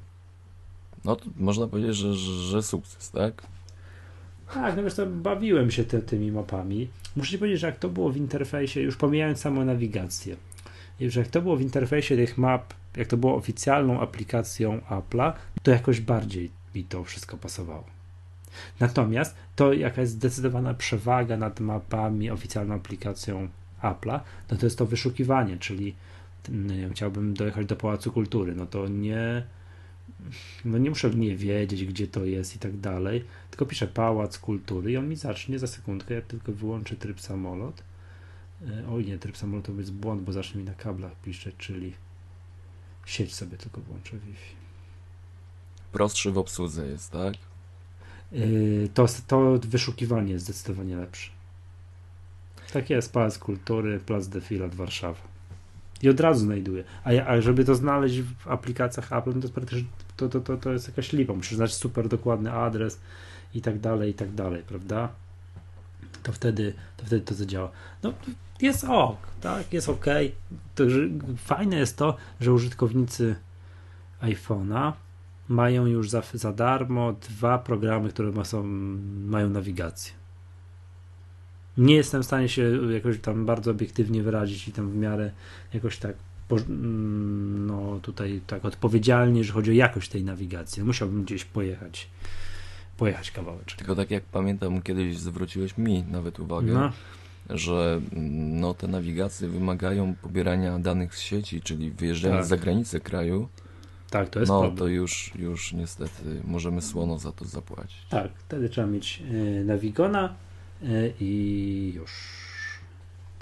No to można powiedzieć, że, że, że sukces, tak? Tak, no wiesz co, bawiłem się ty, tymi mapami. Muszę ci powiedzieć, że jak to było w interfejsie, już pomijając samą nawigację, że jak to było w interfejsie tych map, jak to było oficjalną aplikacją Apple'a, to jakoś bardziej mi to wszystko pasowało. Natomiast to jaka jest zdecydowana przewaga nad mapami oficjalną aplikacją Apple'a, no to jest to wyszukiwanie, czyli nie wiem, chciałbym dojechać do Pałacu Kultury, no to nie no nie muszę nie wiedzieć, gdzie to jest i tak dalej, tylko piszę Pałac Kultury i on mi zacznie za sekundkę, jak tylko wyłączę tryb samolot. Oj nie, tryb samolot to jest błąd, bo zacznie mi na kablach piszczeć, czyli sieć sobie tylko włączę Wi-Fi. Prostszy w obsłudze jest, tak? Yy, to, to wyszukiwanie jest zdecydowanie lepsze. Tak jest, Pałac Kultury, Plac Defilat, Warszawa. I od razu znajduję. A, ja, a żeby to znaleźć w aplikacjach Apple, no to, to, to, to, to jest jakaś lipa. Musisz znać super dokładny adres i tak dalej, i tak dalej, prawda? To wtedy to, wtedy to zadziała. No, jest ok, tak? Jest ok. To, że fajne jest to, że użytkownicy iPhone'a mają już za, za darmo dwa programy, które ma, są, mają nawigację. Nie jestem w stanie się jakoś tam bardzo obiektywnie wyrazić i tam w miarę jakoś tak no tutaj tak odpowiedzialnie, że chodzi o jakość tej nawigacji. Musiałbym gdzieś pojechać pojechać kawałeczek. Tylko tak jak pamiętam, kiedyś zwróciłeś mi nawet uwagę, no. że no, te nawigacje wymagają pobierania danych z sieci, czyli wyjeżdżając tak. za granicę kraju, tak, to jest no problem. to już, już niestety możemy słono za to zapłacić. Tak, wtedy trzeba mieć y, Navigona y, i już.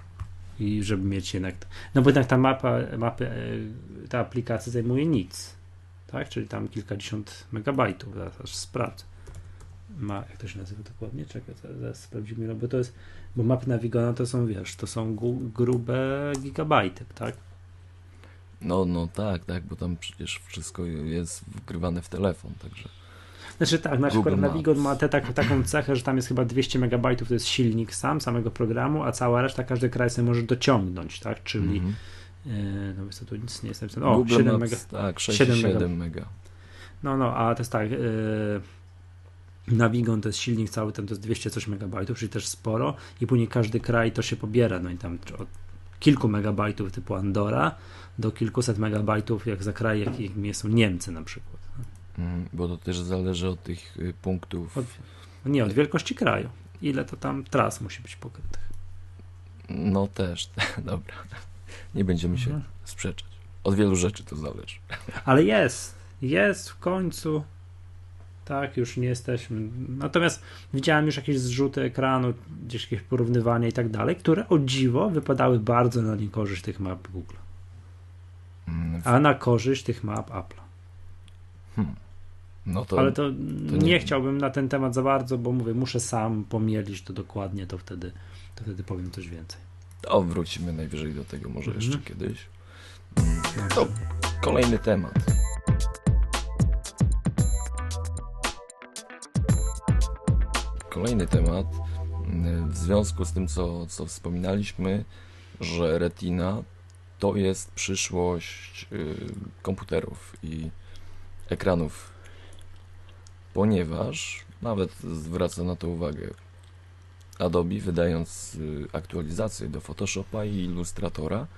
I żeby mieć jednak, no bo jednak ta mapa, mapy, ta aplikacja zajmuje nic. tak? Czyli tam kilkadziesiąt megabajtów, zaraz aż sprawdzę. Ma, jak to się nazywa dokładnie? Czekaj, zaraz sprawdzimy, no bo to jest, bo mapy Navigona to są, wiesz, to są gu, grube gigabajty, tak? No, no tak, tak, bo tam przecież wszystko jest wgrywane w telefon, także... Znaczy tak, na przykład Navigon ma tę tak, taką cechę, że tam jest chyba dwieście megabajtów, to jest silnik sam, samego programu, a cała reszta, każdy kraj sobie może dociągnąć, tak? Czyli, mm-hmm. yy, no wiesz co, tu nic nie jest napisane. O, Google siedem Maps, mega. tak, sześć przecinek siedem mega. No, no, a to jest tak, yy, Navigon to jest silnik cały, ten to jest dwieście coś megabajtów, czyli też sporo i później każdy kraj to się pobiera, no i tam od kilku megabajtów typu Andora do kilkuset megabajtów, jak za kraj, jakimi są Niemcy na przykład. Mm, bo to też zależy od tych y, punktów. Od, nie, od wielkości kraju. Ile to tam tras musi być pokrytych. No też, dobra. Nie będziemy się mhm. sprzeczać. Od wielu rzeczy to zależy. Ale jest, jest w końcu. Tak, już nie jesteśmy. Natomiast widziałem już jakieś zrzuty ekranu, gdzieś jakieś porównywania i tak dalej, które o dziwo wypadały bardzo na niekorzyść tych map Google. Mm, w... A na korzyść tych map Apple'a. Hmm. No to, ale to, to nie, nie chciałbym wiem. na ten temat za bardzo, bo mówię, muszę sam pomielić to dokładnie, to wtedy, to wtedy powiem coś więcej. O, wrócimy najwyżej do tego może mm-hmm. jeszcze kiedyś. Dobrze. To kolejny temat. Kolejny temat. W związku z tym, co, co wspominaliśmy, że Retina to jest przyszłość y, komputerów i ekranów, ponieważ nawet zwraca na to uwagę Adobe, wydając aktualizację do Photoshopa i Illustratora,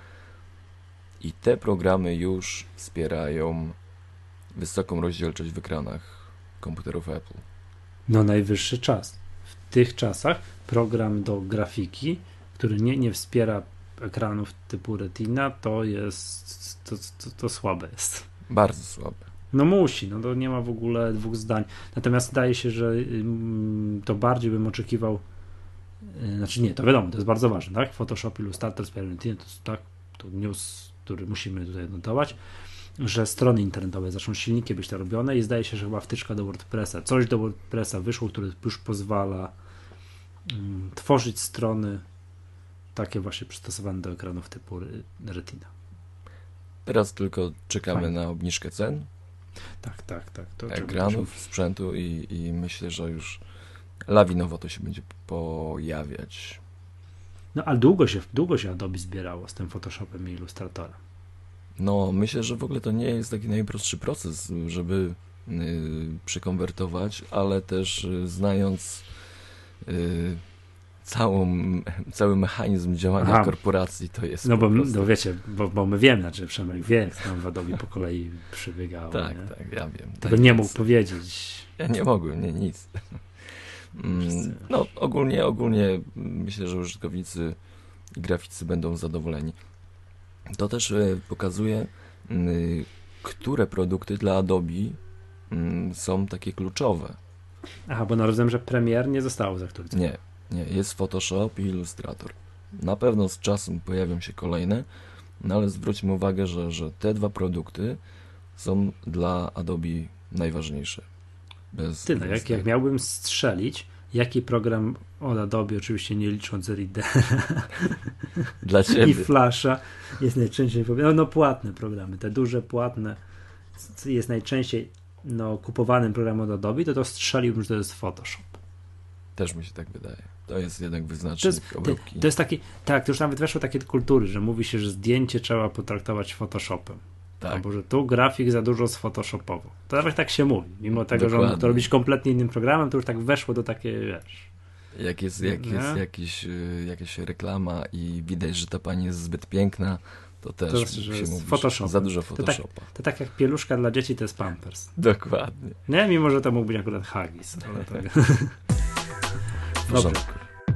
i te programy już wspierają wysoką rozdzielczość w ekranach komputerów Apple. No najwyższy czas. W tych czasach program do grafiki, który nie, nie wspiera ekranów typu Retina, to jest to, to, to słabe jest. Bardzo słabe. No musi, no to nie ma w ogóle dwóch zdań. Natomiast wydaje się, że to bardziej bym oczekiwał, znaczy nie, to wiadomo, to jest bardzo ważne, tak? Photoshop, Illustrator, Retina, to jest tak, to news, który musimy tutaj notować, że strony internetowe zaczną silniki być to robione i zdaje się, że chyba wtyczka do WordPressa, coś do WordPressa wyszło, które już pozwala um, tworzyć strony takie właśnie przystosowane do ekranów typu Retina. Teraz tylko czekamy Fajne. na obniżkę cen. Tak, tak, tak. To ekranów, sprzętu i, i myślę, że już lawinowo to się będzie pojawiać. No ale długo się, długo się Adobe zbierało z tym Photoshopem i Illustratorem. No, myślę, że w ogóle to nie jest taki najprostszy proces, żeby yy, przekonwertować, ale też yy, znając yy, całą, cały mechanizm działania Aha. korporacji, to jest no bo, prostu... no wiecie, bo, bo my wiemy, znaczy Przemek wie, jak tam w Adobe po kolei przebiegało. Tak, nie? tak, ja wiem. Tego tak nie jest. mógł powiedzieć. Ja nie mogłem, nie, nic. No, ogólnie, ogólnie myślę, że użytkownicy i graficy będą zadowoleni. To też pokazuje, które produkty dla Adobe są takie kluczowe. Aha, bo rozumiem, że Premiere nie zostało zaktualizowane. Nie, nie, jest Photoshop i Illustrator. Na pewno z czasem pojawią się kolejne, no ale zwróćmy uwagę, że, że te dwa produkty są dla Adobe najważniejsze. Bez, Ty, no, bez jak, jak miałbym strzelić, jaki program od Adobe, oczywiście nie licząc Readera dla ciebie. i Flasha, jest najczęściej, no, no płatne programy, te duże płatne, jest najczęściej no, kupowanym programem od Adobe, to to strzeliłbym, że to jest Photoshop. Też mi się tak wydaje. To jest jednak wyznacznik to jest, obróbki. To, to jest taki, tak, to już nawet weszło takie kultury, że mówi się, że zdjęcie trzeba potraktować Photoshopem. Tak. Albo, że tu grafik za dużo sfotoshopował. To nawet tak się mówi. Mimo tego, Dokładnie. że on to robić kompletnie innym programem, to już tak weszło do takiej, wiesz... Jak jest, jak jest jakiś, jakaś reklama i widać, że ta pani jest zbyt piękna, to też to znaczy, że się mówi, Photoshop. Za dużo Photoshopa. To tak, to tak jak pieluszka dla dzieci to jest Pampers. Dokładnie. Nie, mimo że to mógł być akurat Haggis. Ale tak. Dobrze.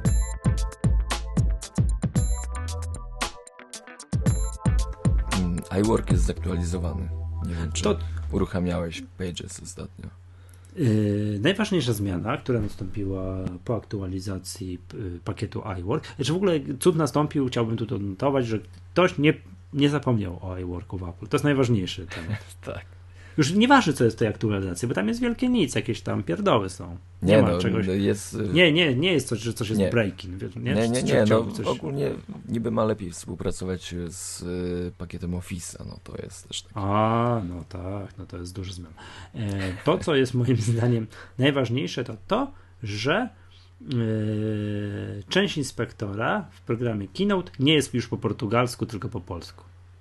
iWork jest zaktualizowany. Nie wiem, czy to... uruchamiałeś Pages ostatnio. Yy, najważniejsza zmiana, która nastąpiła po aktualizacji yy, pakietu iWork, znaczy w ogóle cud nastąpił, chciałbym tu odnotować, że ktoś nie, nie zapomniał o iWorku w Apple. To jest najważniejszy temat. Tak. Już nieważne, co jest w tej aktualizacji, bo tam jest wielkie nic, jakieś tam pierdoły są. Nie, nie ma no, czegoś. Jest... Nie, nie, nie jest coś, że coś jest nie. breaking. Nie, nie, nie, nie no, coś... ogólnie niby ma lepiej współpracować z y, pakietem Office'a, no to jest też takie. A, no tak, no to jest duży zmian. E, to, co jest moim zdaniem najważniejsze, to to, że Yy, część inspektora w programie Keynote nie jest już po portugalsku, tylko po polsku.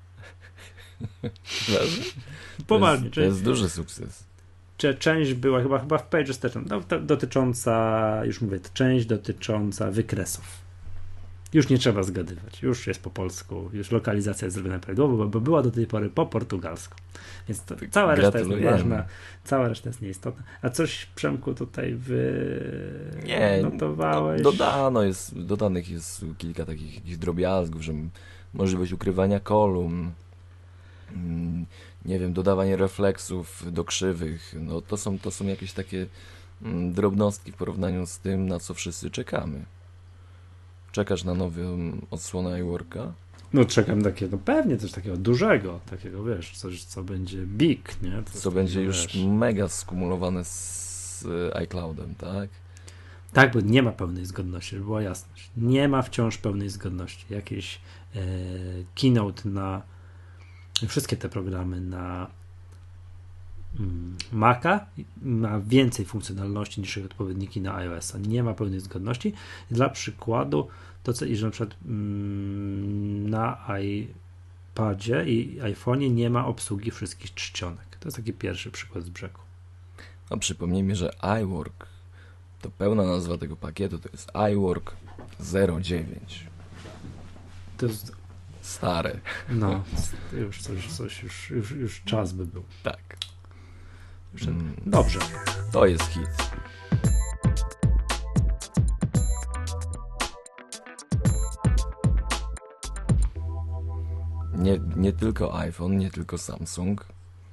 Poważnie. To jest, to jest duży sukces. Czy część była chyba, chyba w Pages też, no, to, dotycząca, już mówię, część dotycząca wykresów. Już nie trzeba zgadywać, już jest po polsku, już lokalizacja jest zrobiona prawidłowo, bo była do tej pory po portugalsku. Więc to, cała reszta jest nieważna, cała reszta jest nieistotna. A coś, Przemku, tutaj wynotowałeś? Nie, dodano jest, dodanych jest kilka takich, takich drobiazgów, że możliwość ukrywania kolumn, nie wiem, dodawanie refleksów do krzywych, no to są, to są jakieś takie drobnostki w porównaniu z tym, na co wszyscy czekamy. Czekasz na nową odsłonę iWorka? No czekam takiego, no pewnie coś takiego dużego, takiego, wiesz, coś, co będzie big, nie? Co, co będzie już wiesz, mega skumulowane z iCloudem, tak? Tak, bo nie ma pełnej zgodności, żeby była jasność. Nie ma wciąż pełnej zgodności. Jakieś e, Keynote na wszystkie te programy na mm, Maca ma więcej funkcjonalności niż odpowiedniki na iOS-a. Nie ma pełnej zgodności. Dla przykładu to, co i że na przykład mm, na iPadzie i iPhone'ie nie ma obsługi wszystkich czcionek. To jest taki pierwszy przykład z brzegu. A przypomnijmy, że iWork to pełna nazwa tego pakietu to jest iWork zero dziewięć. To jest stare. No, już coś, coś już, już, już czas by był. Tak. Mm. Dobrze. To jest hit. Nie, nie tylko iPhone, nie tylko Samsung,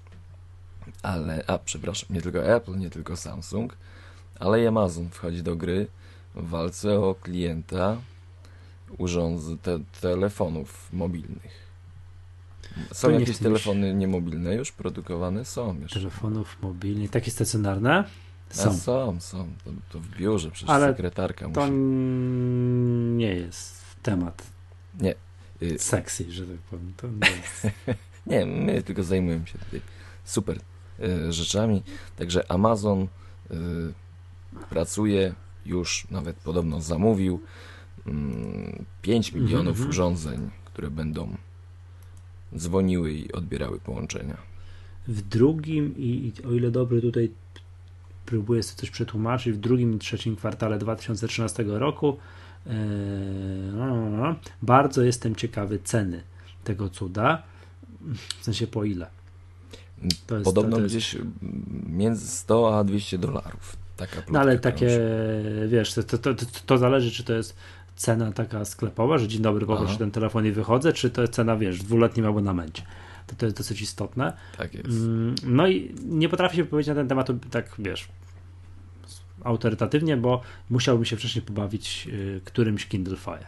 ale, a przepraszam, nie tylko Apple, nie tylko Samsung, ale i Amazon wchodzi do gry w walce o klienta urządzeń, te, telefonów mobilnych. Są to jakieś telefony niemobilne już produkowane? Są już. Telefonów mobilnych, takie stacjonarne? Są. A są, są. To, to w biurze, przecież ale sekretarka to musi... nie jest temat nie. Y... sexy, że tak powiem. To nie, jest... nie, my tylko zajmujemy się tutaj super y, rzeczami. Także Amazon y, pracuje, już nawet podobno zamówił y, pięć milionów mm-hmm. urządzeń, które będą dzwoniły i odbierały połączenia. W drugim, i, i o ile dobry tutaj próbuję sobie coś przetłumaczyć, w drugim i trzecim kwartale dwa tysiące trzynastego roku yy, no, no, bardzo jestem ciekawy ceny tego cuda, w sensie po ile. To jest, Podobno to, to jest... gdzieś między sto a dwieście dolarów. Taka no ale takie, krąży. Wiesz, to, to, to, to zależy, czy to jest cena taka sklepowa, że dzień dobry, poproszę ten telefon i wychodzę, czy to jest cena, wiesz, w dwuletnim abonamencie. To, to jest dosyć istotne. Tak jest. No i nie potrafię się powiedzieć na ten temat tak, wiesz, autorytatywnie, bo musiałbym się wcześniej pobawić y, którymś Kindle Fire.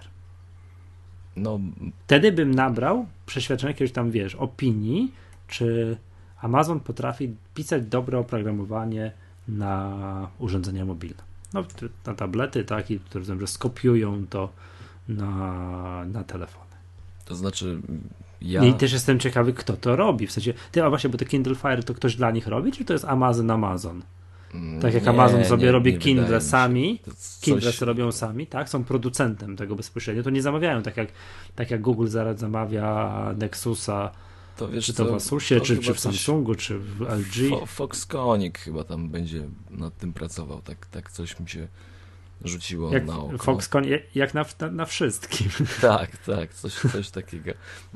No. Wtedy bym nabrał przeświadczenia jakiegoś tam, wiesz, opinii, czy Amazon potrafi pisać dobre oprogramowanie na urządzenia mobilne. No, na tablety, tak, i które że skopiują to na, na telefony. To znaczy ja... I też jestem ciekawy, kto to robi. W sensie, ty, a właśnie, bo te Kindle Fire to ktoś dla nich robi, czy to jest Amazon Amazon? Tak jak nie, Amazon sobie nie, robi nie Kindle sami, coś... Kindle sobie robią sami, tak? Są producentem tego bezpośrednio, to nie zamawiają tak jak, tak jak Google zaraz zamawia Nexusa, to wiesz, czy to w Asusie, czy, czy w Samsungu, czy w L G. Fo- Foxconn chyba tam będzie nad tym pracował, tak, tak coś mi się rzuciło jak na oko. Foxconn jak na, na, na wszystkim. Tak, tak, coś, coś takiego.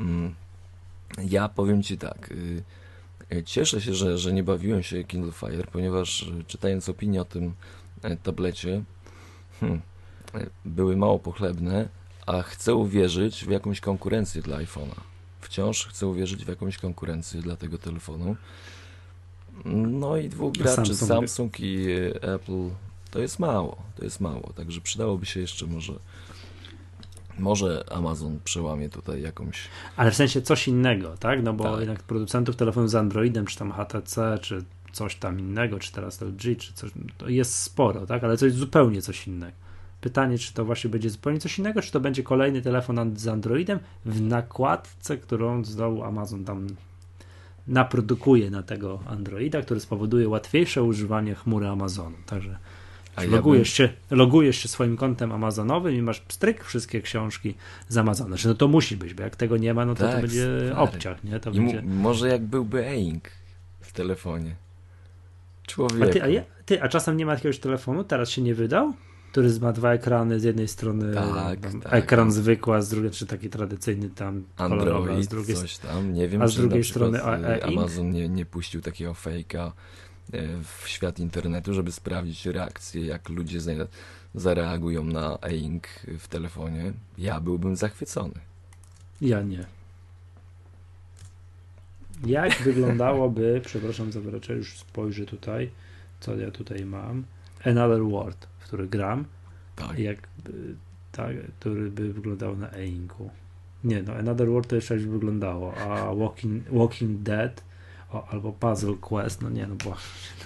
Ja powiem Ci tak, cieszę się, że, że nie bawiłem się Kindle Fire, ponieważ czytając opinię o tym tablecie, hmm, były mało pochlebne, a chcę uwierzyć w jakąś konkurencję dla iPhone'a. Wciąż chcę uwierzyć w jakąś konkurencję dla tego telefonu. No i dwóch graczy, Samsung. Samsung i Apple, to jest mało, to jest mało, także przydałoby się jeszcze może Może Amazon przełamie tutaj jakąś... Ale w sensie coś innego, tak? No bo tak. jednak producentów telefonów z Androidem, czy tam H T C, czy coś tam innego, czy teraz L G, czy coś, to jest sporo, tak? Ale coś zupełnie coś innego. Pytanie, czy to właśnie będzie zupełnie coś innego, czy to będzie kolejny telefon z Androidem w nakładce, którą znowu Amazon tam naprodukuje na tego Androida, który spowoduje łatwiejsze używanie chmury Amazonu. Także A logujesz, ja się, logujesz się swoim kontem amazonowym i masz pstryk wszystkie książki z Amazona. Znaczy, no to musi być, bo jak tego nie ma, no to tak, to będzie stary. obciach, nie? To I będzie... mu, może jak byłby e-ink w telefonie. Człowieku. A ty, a, ja, ty, a czasem nie ma jakiegoś telefonu, teraz się nie wydał? Który ma dwa ekrany, z jednej strony tak, tam, tak. ekran zwykły, a z drugiej, czy taki tradycyjny tam kolorowy, a Android, z drugiej coś tam. Nie wiem, a z czy drugiej na przykład strony e-ink? Amazon nie, nie puścił takiego fejka w świat internetu, żeby sprawdzić reakcję, jak ludzie za, zareagują na e-ink w telefonie. Ja byłbym zachwycony. Ja nie. Jak wyglądałoby, przepraszam za wręcze, już spojrzę tutaj, co ja tutaj mam. Another World, w który gram. Tak. Jak, tak, który by wyglądał na e-inku. Nie, no Another World to jeszcze by wyglądało, a Walking, Walking Dead o, albo Puzzle Quest, no nie, no bo...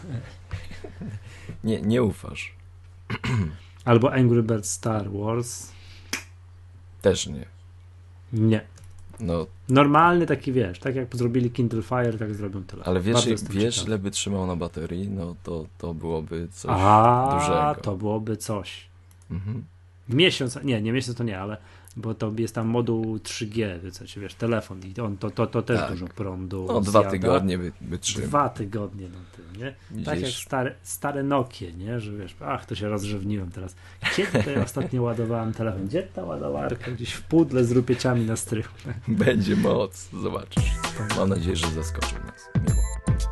Nie, nie ufasz. Albo Angry Birds Star Wars. Też nie. Nie. No, normalny taki, wiesz, tak jak zrobili Kindle Fire, tak zrobią tyle. ale wiesz, Bardzo wiesz ile by trzymał na baterii? No to, to byłoby coś A, dużego. to byłoby coś. Mhm. Miesiąc, nie, nie miesiąc to nie, ale bo to jest tam moduł trzy G, wiecie, wiesz, telefon i on, to, to, to też Tak. dużo prądu No zjada. dwa tygodnie by, by trzymał. Dwa tygodnie na tym, nie? Widzisz? Tak jak stare, stare Nokie, nie? Że wiesz, ach, to się rozrzewniłem teraz. Kiedy to ja ostatnio ładowałem telefon? Gdzie ta ładowarka? Gdzieś w pudle z rupieciami na strychu. Będzie moc, zobaczysz. Mam nadzieję, że zaskoczył nas. Miło.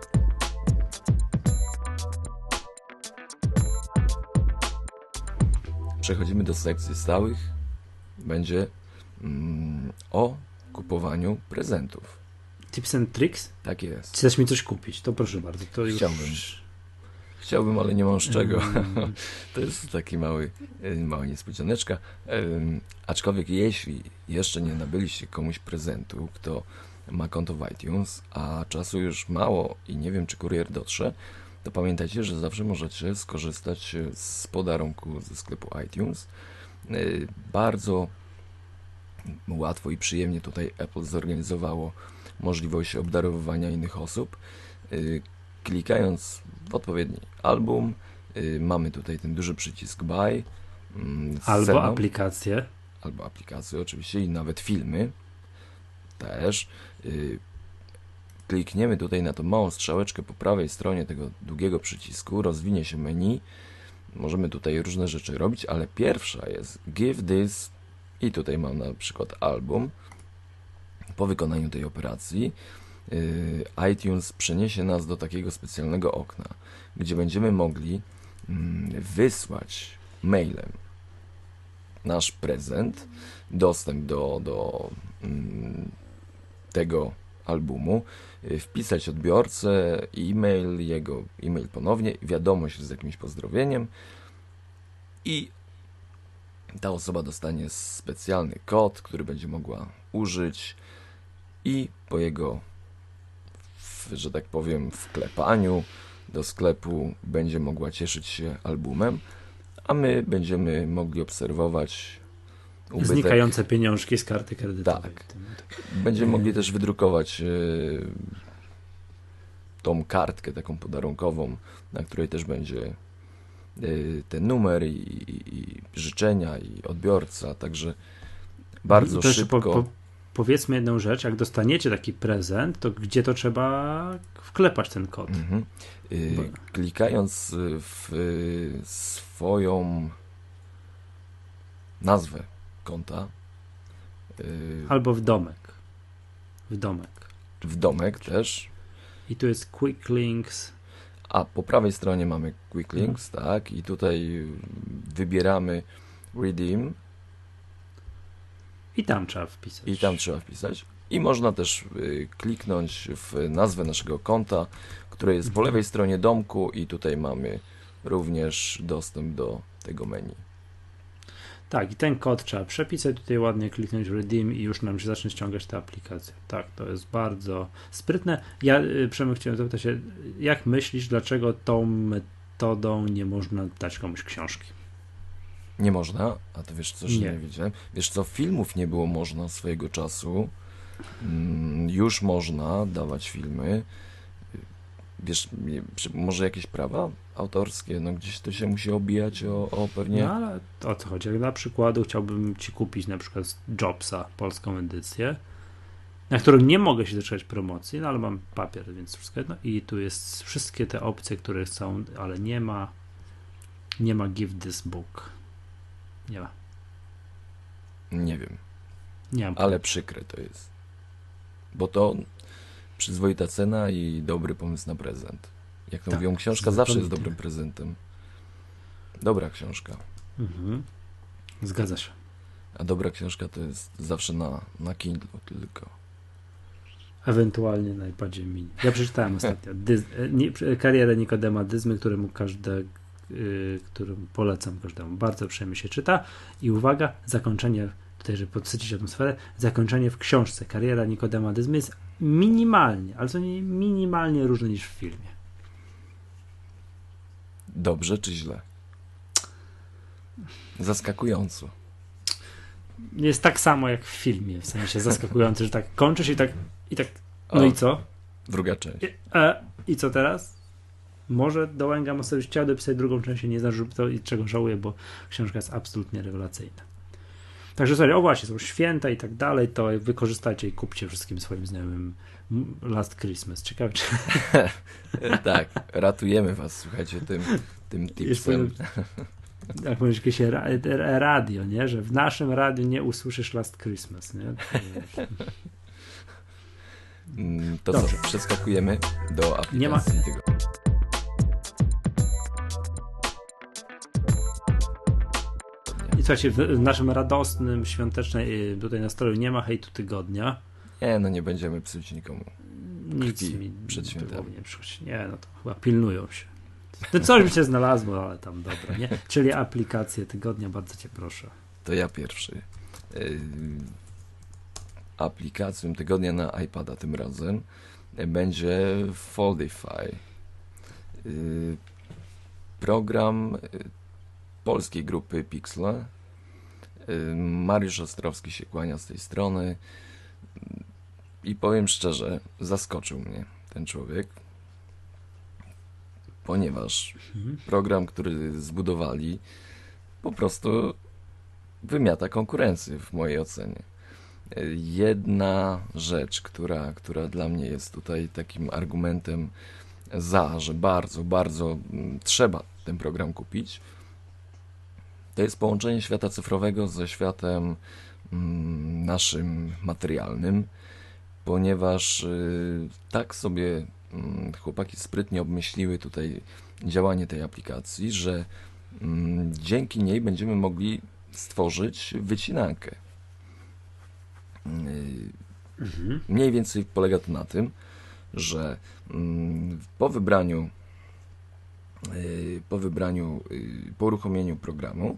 Przechodzimy do sekcji stałych. Będzie mm, o kupowaniu prezentów. Tips and tricks? Tak jest. Chcesz mi coś kupić? To proszę bardzo. To już... Chciałbym. Chciałbym, ale nie mam z czego. Mm. To jest taki mały, mała niespodzianeczka. Um, aczkolwiek jeśli jeszcze nie nabyliście komuś prezentu, kto ma konto w iTunes, a czasu już mało i nie wiem, czy kurier dotrze, to pamiętajcie, że zawsze możecie skorzystać z podarunku ze sklepu iTunes. Bardzo łatwo i przyjemnie tutaj Apple zorganizowało możliwość obdarowywania innych osób. Klikając w odpowiedni album, mamy tutaj ten duży przycisk Buy. Albo ceną, aplikacje. Albo aplikacje oczywiście i nawet filmy też. Klikniemy tutaj na tą małą strzałeczkę po prawej stronie tego długiego przycisku, rozwinie się menu. Możemy tutaj różne rzeczy robić, ale pierwsza jest Give This i tutaj mam na przykład album. Po wykonaniu tej operacji yy, iTunes przeniesie nas do takiego specjalnego okna, gdzie będziemy mogli yy, wysłać mailem nasz prezent, dostęp do, do yy, tego albumu, yy, wpisać odbiorcę, e-mail, jego e-mail ponownie, wiadomość z jakimś pozdrowieniem i ta osoba dostanie specjalny kod, który będzie mogła użyć i po jego, w, że tak powiem, wklepaniu do sklepu będzie mogła cieszyć się albumem, a my będziemy mogli obserwować ubytek. Znikające pieniążki z karty kredytowej. Tak. Będziemy mogli też wydrukować yy, tą kartkę taką podarunkową, na której też będzie yy, ten numer i, i, i życzenia i odbiorca, także bardzo to szybko. Po, po, powiedzmy jedną rzecz, jak dostaniecie taki prezent, to gdzie to trzeba wklepać ten kod? Mhm. Yy, Bo... Klikając w yy, swoją nazwę konta yy, albo w domek. W domek. W domek też. I tu jest Quick Links. A po prawej stronie mamy Quick Links, mhm. tak, i tutaj wybieramy Redeem. I tam trzeba wpisać. I tam trzeba wpisać. I można też y, kliknąć w nazwę naszego konta, które jest po lewej stronie domku i tutaj mamy również dostęp do tego menu. Tak, i ten kod trzeba przepisać, tutaj ładnie kliknąć redeem i już nam się zacznie ściągać ta aplikacja. Tak, to jest bardzo sprytne. Ja, Przemek, chciałem zapytać się, jak myślisz, dlaczego tą metodą nie można dać komuś książki? Nie można, a to wiesz co, że Nie. nie wiedziałem. Wiesz co, filmów nie było można swojego czasu. Mm, już można dawać filmy. Wiesz, nie- przy- może jakieś prawa autorskie, no gdzieś to się musi obijać o, o pewnie... No ale o co chodzi? Jak na przykładu chciałbym ci kupić na przykład Jobsa, polską edycję, na którą nie mogę się doczekać promocji, no ale mam papier, więc wszystko jedno. I tu jest wszystkie te opcje, które są, ale nie ma nie ma give this book. Nie ma. Nie wiem, Nie mam. ale przykre to jest. Bo to przyzwoita cena i dobry pomysł na prezent. Jak to Tak, mówią, książka zawsze jest znakomicie. dobrym prezentem. Dobra książka. Mhm. Zgadza się. A dobra książka to jest zawsze na, na Kindle tylko. Ewentualnie na iPadzie mini. Ja przeczytałem ostatnio Dyz, nie, karierę Nikodema Dyzmy, któremu każde, yy, którym polecam każdemu. Bardzo przyjemnie się czyta. I uwaga, zakończenie, tutaj, żeby podsycić atmosferę, zakończenie w książce Kariera Nikodema Dyzmy jest minimalnie, ale to nie minimalnie różne niż w filmie. Dobrze czy źle? Zaskakująco. Jest tak samo jak w filmie, w sensie zaskakujące, że tak kończysz i tak, i tak, no O, i co? Druga część. I, e, I co teraz? Może dołęgam sobie, chciał dopisać drugą część, nie zdążył, to i czego żałuję, bo książka jest absolutnie rewelacyjna. Także sorry, o właśnie, są święta i tak dalej, to wykorzystajcie i kupcie wszystkim swoim znajomym Last Christmas. Ciekawe, czy... Tak, ratujemy was, słuchajcie, tym, tym tipsem. Jak powiedzieć, jakieś ra, radio, nie? Że w naszym radiu nie usłyszysz Last Christmas, nie? To Dobrze. co, przeskakujemy do aplikacji Nie ma- tego. I słuchajcie, w, w naszym radosnym, świątecznym tutaj nastroju nie ma hejtu tygodnia. Nie, no nie będziemy psuć nikomu. Nic Krwi mi przed do świętami. głowy nie przychodzi. Nie, no to chyba pilnują się. To coś by się znalazło, ale tam dobra, nie? Czyli aplikację tygodnia, bardzo cię proszę. To ja pierwszy. Yy, aplikacją tygodnia na iPada tym razem będzie Foldify. Yy, program yy, polskiej grupy Pixla. Yy, Mariusz Ostrowski się kłania z tej strony. I powiem szczerze, zaskoczył mnie ten człowiek, ponieważ program, który zbudowali, po prostu wymiata konkurencję w mojej ocenie. Jedna rzecz, która, która dla mnie jest tutaj takim argumentem za, że bardzo, bardzo trzeba ten program kupić, to jest połączenie świata cyfrowego ze światem mm, naszym materialnym, ponieważ y, tak sobie y, chłopaki sprytnie obmyśliły tutaj działanie tej aplikacji, że y, dzięki niej będziemy mogli stworzyć wycinankę. Y, Mhm. mniej więcej polega to na tym, że y, po wybraniu y, po wybraniu, y, po uruchomieniu programu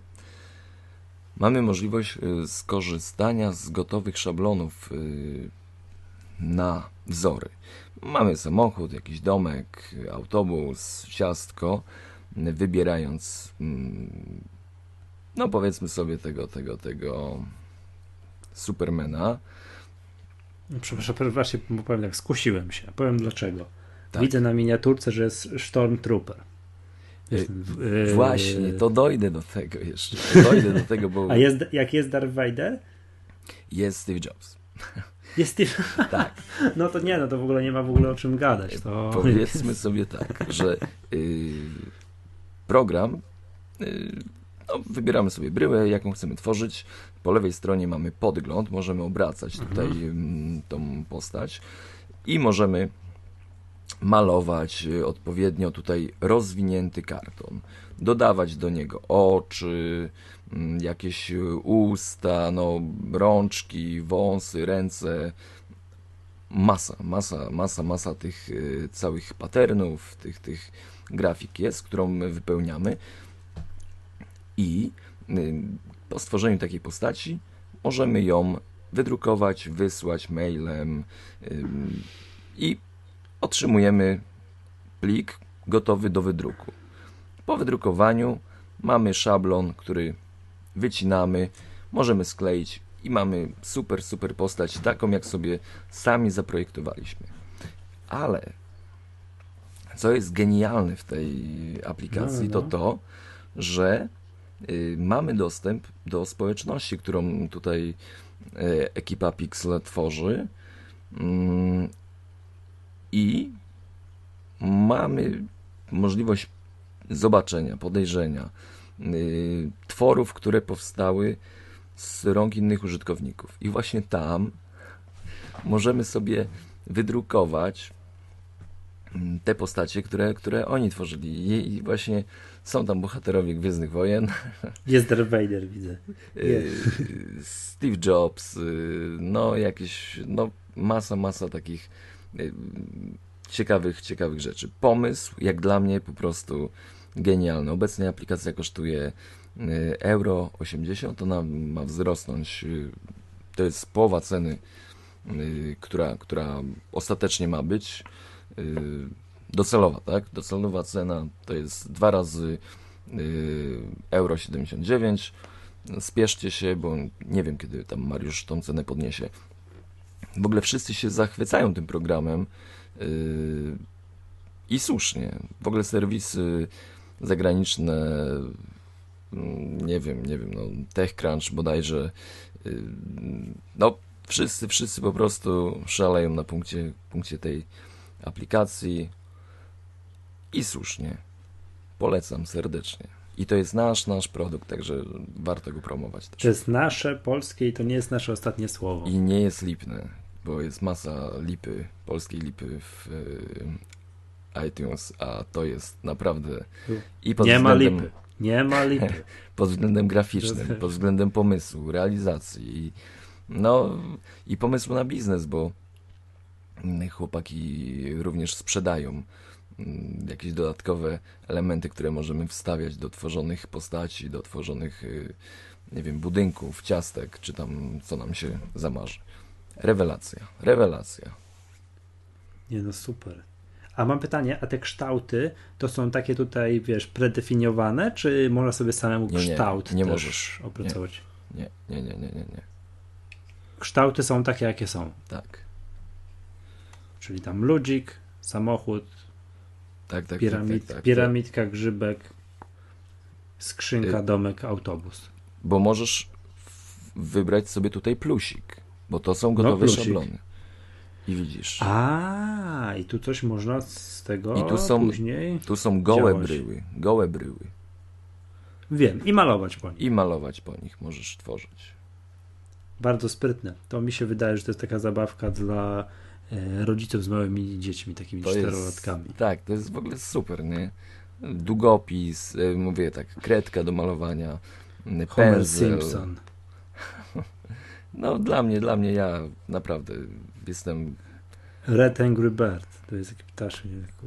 mamy możliwość y, skorzystania z gotowych szablonów y, na wzory. Mamy samochód, jakiś domek, autobus, ciastko, wybierając no powiedzmy sobie tego, tego, tego Supermana. Przepraszam, właśnie, bo powiem tak, skusiłem się. Powiem dlaczego. Tak. Widzę na miniaturce, że jest Stormtrooper. Jest, Yy, właśnie, to dojdę do tego jeszcze. To dojdę do tego, bo... A jest, jak jest Darth Vader? Jest Steve Jobs. Jest Steve... Tak. No to nie, no to w ogóle nie ma w ogóle o czym gadać. To... Powiedzmy sobie tak, że yy, program, yy, no, wybieramy sobie bryłę, jaką chcemy tworzyć. Po lewej stronie mamy podgląd, możemy obracać tutaj mhm. yy, tą postać i możemy malować yy, odpowiednio tutaj rozwinięty karton, dodawać do niego oczy, yy, jakieś usta, no, rączki, wąsy, ręce. Masa, masa, masa, masa tych y, całych patternów, tych, tych grafik jest, którą my wypełniamy i po stworzeniu takiej postaci możemy ją wydrukować, wysłać mailem i otrzymujemy plik gotowy do wydruku. Po wydrukowaniu mamy szablon, który wycinamy, możemy skleić i mamy super, super postać, taką jak sobie sami zaprojektowaliśmy. Ale co jest genialne w tej aplikacji, no, no. to to, że y, mamy dostęp do społeczności, którą tutaj y, ekipa Pixel tworzy y, i mamy możliwość zobaczenia, podejrzenia y, tworów, które powstały z rąk innych użytkowników. I właśnie tam możemy sobie wydrukować te postacie, które, które oni tworzyli. I, I właśnie są tam bohaterowie Gwiezdnych Wojen. Jest Darth Vader, widzę. Jest. Steve Jobs, no jakieś, no masa, masa takich ciekawych, ciekawych rzeczy. Pomysł, jak dla mnie, po prostu genialny. Obecnie aplikacja kosztuje euro osiemdziesiąt, ona ma wzrosnąć, to jest połowa ceny, która, która ostatecznie ma być docelowa, tak? Docelowa cena to jest dwa razy euro siedemdziesiąt dziewięć. Spieszcie się, bo nie wiem, kiedy tam Mariusz tą cenę podniesie. W ogóle wszyscy się zachwycają tym programem i słusznie. W ogóle serwisy zagraniczne, nie wiem, nie wiem, no TechCrunch bodajże, no wszyscy, wszyscy po prostu szaleją na punkcie, punkcie tej aplikacji i słusznie. Polecam serdecznie. I to jest nasz, nasz produkt, także warto go promować też. To jest nasze, polskie i to nie jest nasze ostatnie słowo. I nie jest lipne, bo jest masa lipy, polskiej lipy w iTunes, a to jest naprawdę i pod nie względem, ma lipy. Nie ma lipy. pod względem graficznym, pod względem pomysłu, realizacji i, no, i pomysłu na biznes, bo chłopaki również sprzedają jakieś dodatkowe elementy, które możemy wstawiać do tworzonych postaci, do tworzonych, nie wiem, budynków, ciastek, czy tam co nam się zamarzy. Rewelacja, rewelacja. Nie no, super. A mam pytanie, a te kształty to są takie tutaj, wiesz, predefiniowane, czy można sobie samemu nie, nie, kształt nie też możesz opracować? Nie, nie, nie, nie, nie, nie. Kształty są takie, jakie są. Tak. Czyli tam ludzik, samochód, tak, tak, piramid, tak, tak, tak, piramidka, grzybek, skrzynka, y- domek, autobus. Bo możesz wybrać sobie tutaj plusik, bo to są gotowe no, szablony. I widzisz. A, i tu coś można z tego I tu są, później tu są gołe działać. bryły, gołe bryły. Wiem, i malować po nich. I malować po nich możesz tworzyć. Bardzo sprytne. To mi się wydaje, że to jest taka zabawka dla e, rodziców z małymi dziećmi, takimi to czterolatkami. Jest, tak, to jest w ogóle super, nie? Długopis, e, mówię tak, kredka do malowania, Homer pędzel. Simpson. No dla mnie, dla mnie ja naprawdę jestem... Red Angry Bird. To jest jakiś ptaszek.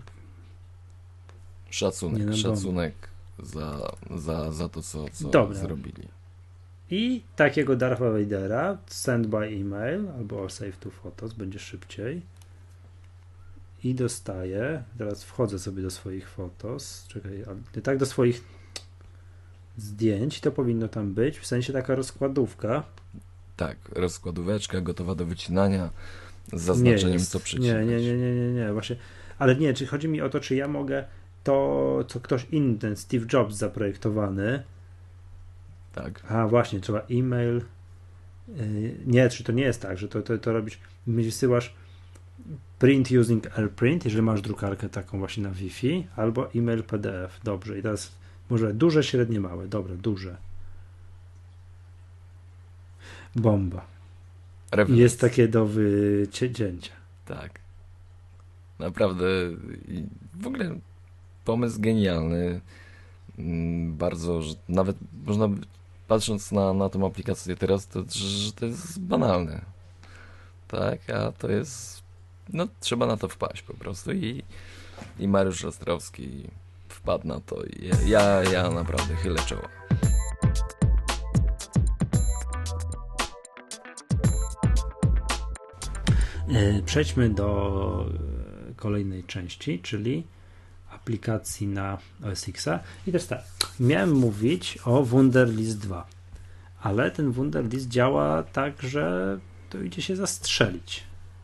Szacunek, nie szacunek za, za, za to, co, co Dobra. zrobili. I takiego Dartha Vadera send by email albo save to photos, będzie szybciej. I dostaję, teraz wchodzę sobie do swoich fotos, czekaj, tak do swoich zdjęć, to powinno tam być, w sensie taka rozkładówka. Tak, rozkładóweczka gotowa do wycinania z zaznaczeniem, co przecinać. Nie, nie, nie, nie, nie, nie, właśnie, ale nie, czy chodzi mi o to, czy ja mogę to, co ktoś inny, ten Steve Jobs zaprojektowany. Tak. A właśnie, trzeba e-mail. Yy, nie, czy to nie jest tak, że to, to, to robisz, wysyłasz print using AirPrint, jeżeli masz drukarkę taką właśnie na Wi-Fi, albo e-mail P D F. Dobrze, i teraz może duże, średnie, małe. Dobra, duże. Bomba. Rewelacja. Jest takie do wycięcia. Tak. Naprawdę i w ogóle pomysł genialny. Bardzo, że nawet można by, patrząc na, na tą aplikację teraz, to że to jest banalne. Tak, a to jest, no trzeba na to wpaść po prostu i, i Mariusz Ostrowski wpadł na to i ja, ja naprawdę chylę czoła. Przejdźmy do kolejnej części, czyli aplikacji na O S X-a. I też tak, miałem mówić o Wunderlist dwa, ale ten Wunderlist działa tak, że to idzie się zastrzelić.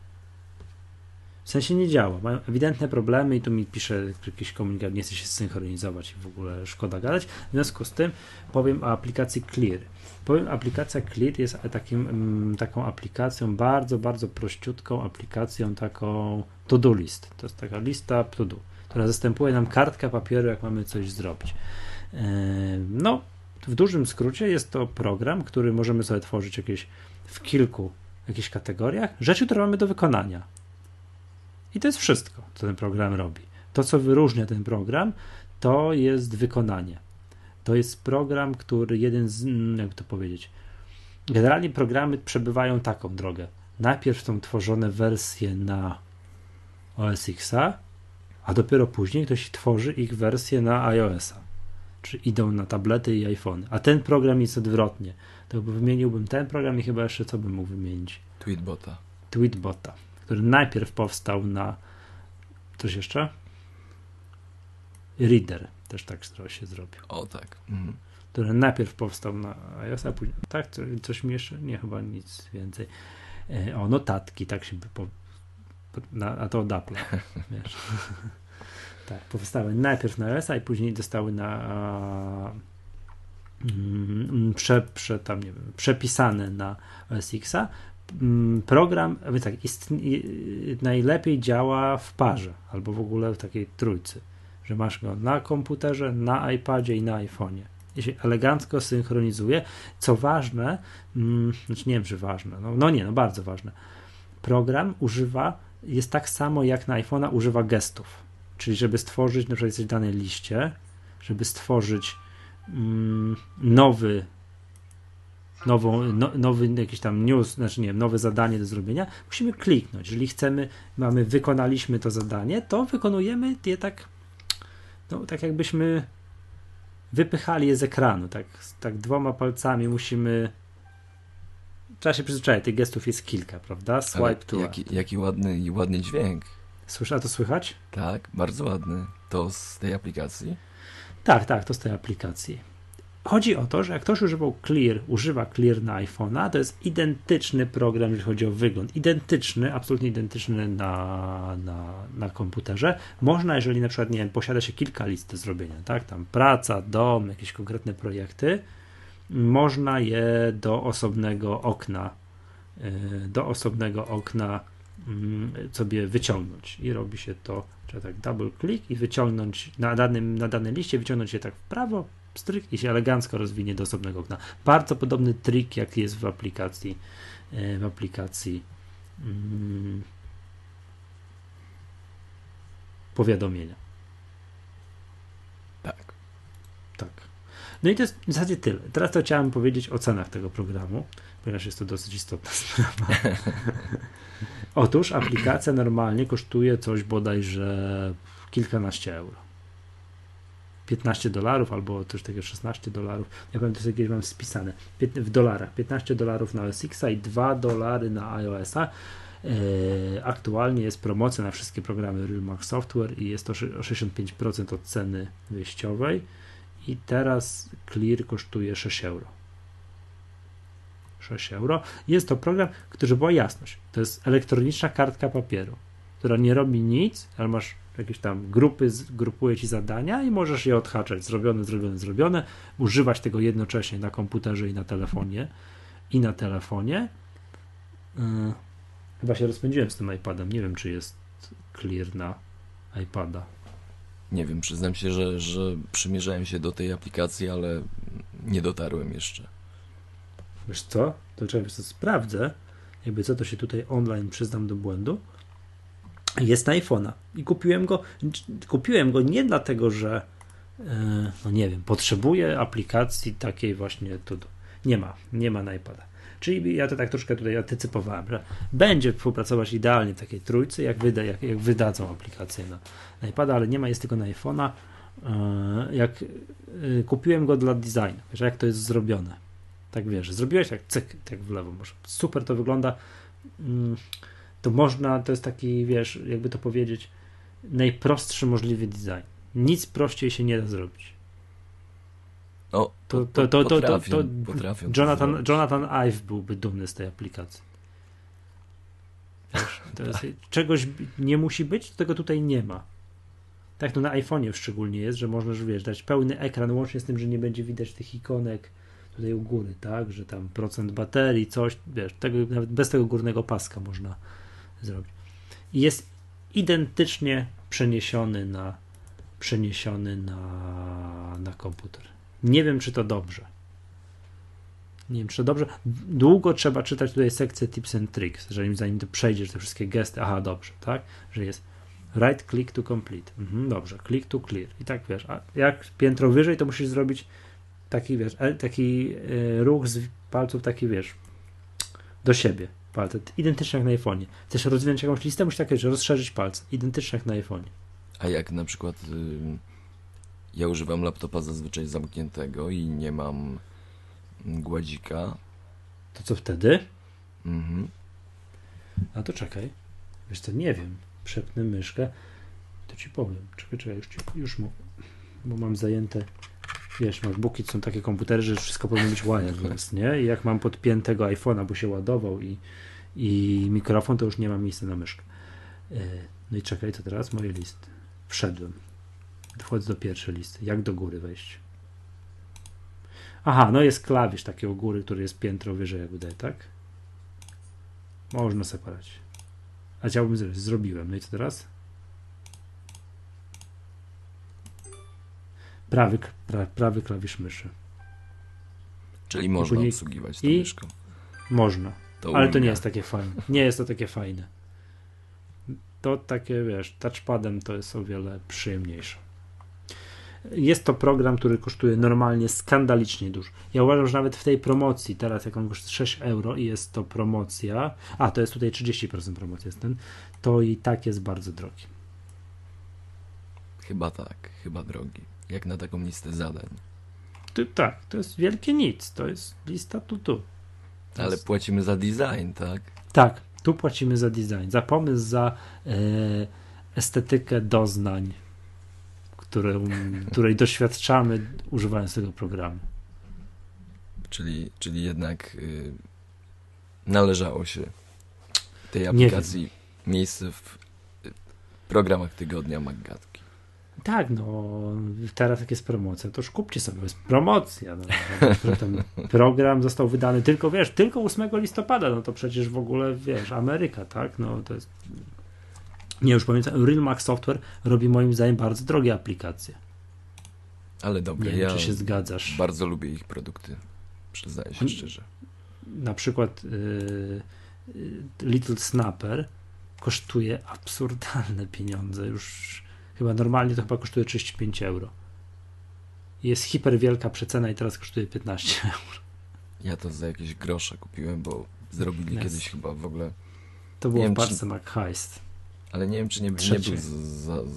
W sensie nie działa. Mają ewidentne problemy i tu mi pisze jakiś komunikat, nie chce się synchronizować i w ogóle szkoda gadać. W związku z tym powiem o aplikacji Clear. Powiem, aplikacja Clear jest takim, taką aplikacją, bardzo, bardzo prościutką aplikacją, taką to-do list. To jest taka lista to-do, która zastępuje nam kartkę papieru, jak mamy coś zrobić. No, w dużym skrócie jest to program, który możemy sobie tworzyć jakieś w kilku jakichś kategoriach rzeczy, które mamy do wykonania. I to jest wszystko, co ten program robi. To, co wyróżnia ten program, to jest wykonanie. To jest program, który jeden z, jak to powiedzieć, generalnie programy przebywają taką drogę. Najpierw są tworzone wersje na O S X-a, a dopiero później ktoś tworzy ich wersję na iOS-a. Czyli idą na tablety i iPhony. A ten program jest odwrotnie. To wymieniłbym ten program i chyba jeszcze co bym mógł wymienić? Tweetbota. Tweetbota, który najpierw powstał na coś jeszcze? Reader też tak się zrobił. O tak. Mhm. Który najpierw powstał na iOS, a później tak, coś mi jeszcze? Nie, chyba nic więcej. O, notatki, tak się po, na, a to od Apple'a, wiesz. Tak, powstały najpierw na iOS, i później zostały na mm, prze, prze, tam, nie wiem, przepisane na O S X-a. Program, więc tak, istnie, najlepiej działa w parze, albo w ogóle w takiej trójcy, że masz go na komputerze, na iPadzie i na iPhone'ie. I się elegancko synchronizuje. Co ważne, mm, znaczy nie wiem, czy ważne, no, no nie, no bardzo ważne. Program używa, jest tak samo jak na iPhone'a używa gestów. Czyli żeby stworzyć, na przykład jesteś w danej liście, żeby stworzyć mm, nowy Nową, no, nowy jakiś tam news, znaczy nie wiem, nowe zadanie do zrobienia, musimy kliknąć. Jeżeli chcemy, mamy, wykonaliśmy to zadanie, to wykonujemy je tak, no, tak jakbyśmy wypychali je z ekranu, tak, tak dwoma palcami musimy, trzeba się przyzwyczaić, tych gestów jest kilka, prawda? Swipe Ale to jaki, jaki ładny i ładny dźwięk. Słyszę, a to słychać? Tak, bardzo ładny. To z tej aplikacji? Tak, tak, to z tej aplikacji. Chodzi o to, że jak ktoś używał Clear, używa Clear na iPhone'a, to jest identyczny program, jeżeli chodzi o wygląd. Identyczny, absolutnie identyczny na, na, na komputerze. Można, jeżeli na przykład, nie wiem, posiada się kilka list do zrobienia, tak, tam praca, dom, jakieś konkretne projekty, można je do osobnego okna, do osobnego okna sobie wyciągnąć i robi się to, czyli tak double click i wyciągnąć na danym, na danej liście, wyciągnąć je tak w prawo, stryk i się elegancko rozwinie do osobnego okna. Bardzo podobny trik, jak jest w aplikacji w aplikacji hmm, powiadomienia. Tak. Tak. No i to jest w zasadzie tyle. Teraz to chciałem powiedzieć o cenach tego programu, ponieważ jest to dosyć istotna sprawa. Otóż aplikacja normalnie kosztuje coś bodajże kilkanaście euro. piętnaście dolarów albo coś takiego szesnaście dolarów. Ja powiem, to jest jakieś mam spisane. w dolarach. piętnaście dolarów na O S X-a i dwa dolary na iOS-a. Yy, aktualnie jest promocja na wszystkie programy RealMax Software i jest to o sześćdziesiąt pięć procent od ceny wyjściowej i teraz Clear kosztuje sześć euro. sześć euro. Jest to program, który, żeby była jasność, to jest elektroniczna kartka papieru, która nie robi nic, ale masz jakieś tam grupy, grupuje ci zadania i możesz je odhaczać. Zrobione, zrobione, zrobione. Używać tego jednocześnie na komputerze i na telefonie. I na telefonie. Yy, chyba się rozpędziłem z tym iPadem. Nie wiem, czy jest Clear na iPada. Nie wiem, przyznam się, że, że przymierzałem się do tej aplikacji, ale nie dotarłem jeszcze. Wiesz co? To trzeba to sprawdzę. Jakby co, to się tutaj online przyznam do błędu. Jest na iPhone'a i kupiłem go, kupiłem go nie dlatego, że yy, no nie wiem, potrzebuję aplikacji takiej właśnie tu. Nie ma, nie ma na iPada. Czyli ja to tak troszkę tutaj antycypowałem, że będzie współpracować idealnie w takiej trójce, jak, wyda, jak, jak wydadzą aplikację na, na iPada, ale nie ma, jest tylko na iPhone'a. Yy, jak yy, kupiłem go dla designu, wiesz, jak to jest zrobione. Tak wiesz, zrobiłeś tak cyk, tak w lewo, może super to wygląda. Yy, to można, to jest taki, wiesz, jakby to powiedzieć, najprostszy możliwy design. Nic prościej się nie da zrobić. O, to, to, to, to, to, to potrafią Jonathan, Jonathan Ive byłby dumny z tej aplikacji. Wiesz, to jest, czegoś nie musi być, tego tutaj nie ma. Tak to na iPhone'ie szczególnie jest, że można, wiesz, dać pełny ekran, łącznie z tym, że nie będzie widać tych ikonek tutaj u góry, tak, że tam procent baterii, coś, wiesz, tego, nawet bez tego górnego paska można zrobić. I jest identycznie przeniesiony na przeniesiony na, na komputer. Nie wiem, czy to dobrze. Nie wiem, czy to dobrze. Długo trzeba czytać tutaj sekcję tips and tricks, jeżeli zanim ty przejdziesz te wszystkie gesty. Aha, dobrze, tak? Że jest right click to complete. Mhm, dobrze, click to clear. I tak wiesz, a jak piętro wyżej, to musisz zrobić taki, wiesz, taki y, ruch z palców, taki, wiesz, do siebie. Palce. Identycznie jak na iPhone'ie. Chcesz rozwinąć jakąś listę, musisz tak, że rozszerzyć palce. Identycznie jak na iPhone'ie. A jak na przykład y, ja używam laptopa zazwyczaj zamkniętego i nie mam gładzika. To co wtedy? Mhm. A to czekaj. Wiesz co, nie wiem. Przepnę myszkę. To ci powiem. Czekaj, czekaj, już, ci, już mu, bo mam zajęte, wiesz, MacBooki to są takie komputery, że wszystko powinno być wireless, nie? I jak mam podpiętego iPhone'a, bo się ładował i, i mikrofon, to już nie mam miejsca na myszkę. No i czekaj, co teraz? Moje listy. Wszedłem. Wchodzę do pierwszej listy. Jak do góry wejść? Aha, no jest klawisz taki u góry, który jest piętro wyżej, jak wydaje, tak? Można separać. A chciałbym zrobić. Zrobiłem. No i co teraz? Prawy, pra, prawy klawisz myszy. Czyli można później... obsługiwać tą I... myszką. Można. To ale to nie jest takie fajne. Nie jest to takie fajne. To takie, wiesz, touchpadem to jest o wiele przyjemniejsze. Jest to program, który kosztuje normalnie skandalicznie dużo. Ja uważam, że nawet w tej promocji, teraz jak on kosztuje sześć euro i jest to promocja, a to jest tutaj trzydzieści procent promocji jest ten, to i tak jest bardzo drogi. Chyba tak, chyba drogi. Jak na taką listę zadań. To, tak, to jest wielkie nic. To jest lista tu, tu. To Ale jest... płacimy za design, tak? Tak, tu płacimy za design, za pomysł, za e, estetykę doznań, którą, której doświadczamy używając tego programu. Czyli, czyli jednak y, należało się tej aplikacji miejsce w y, programach tygodnia Maggatki. Tak, no teraz jak jest promocja, to już kupcie sobie, jest promocja. No, że ten program został wydany tylko, wiesz, tylko ósmego listopada, no to przecież w ogóle, wiesz, Ameryka, tak, no to jest... Nie, już pamiętam, RealMax Software robi moim zdaniem bardzo drogie aplikacje. Ale dobra, nie ja wiem, czy się zgadzasz. Bardzo lubię ich produkty, przyznaję się szczerze. Na przykład y, Little Snapper kosztuje absurdalne pieniądze, już chyba normalnie to chyba kosztuje trzydzieści pięć euro. Jest hiper wielka przecena i teraz kosztuje piętnaście euro. Ja to za jakieś grosze kupiłem, bo zrobili yes. kiedyś chyba w ogóle... To było w parce Mac Heist. Ale nie wiem, czy nie, nie był za, za,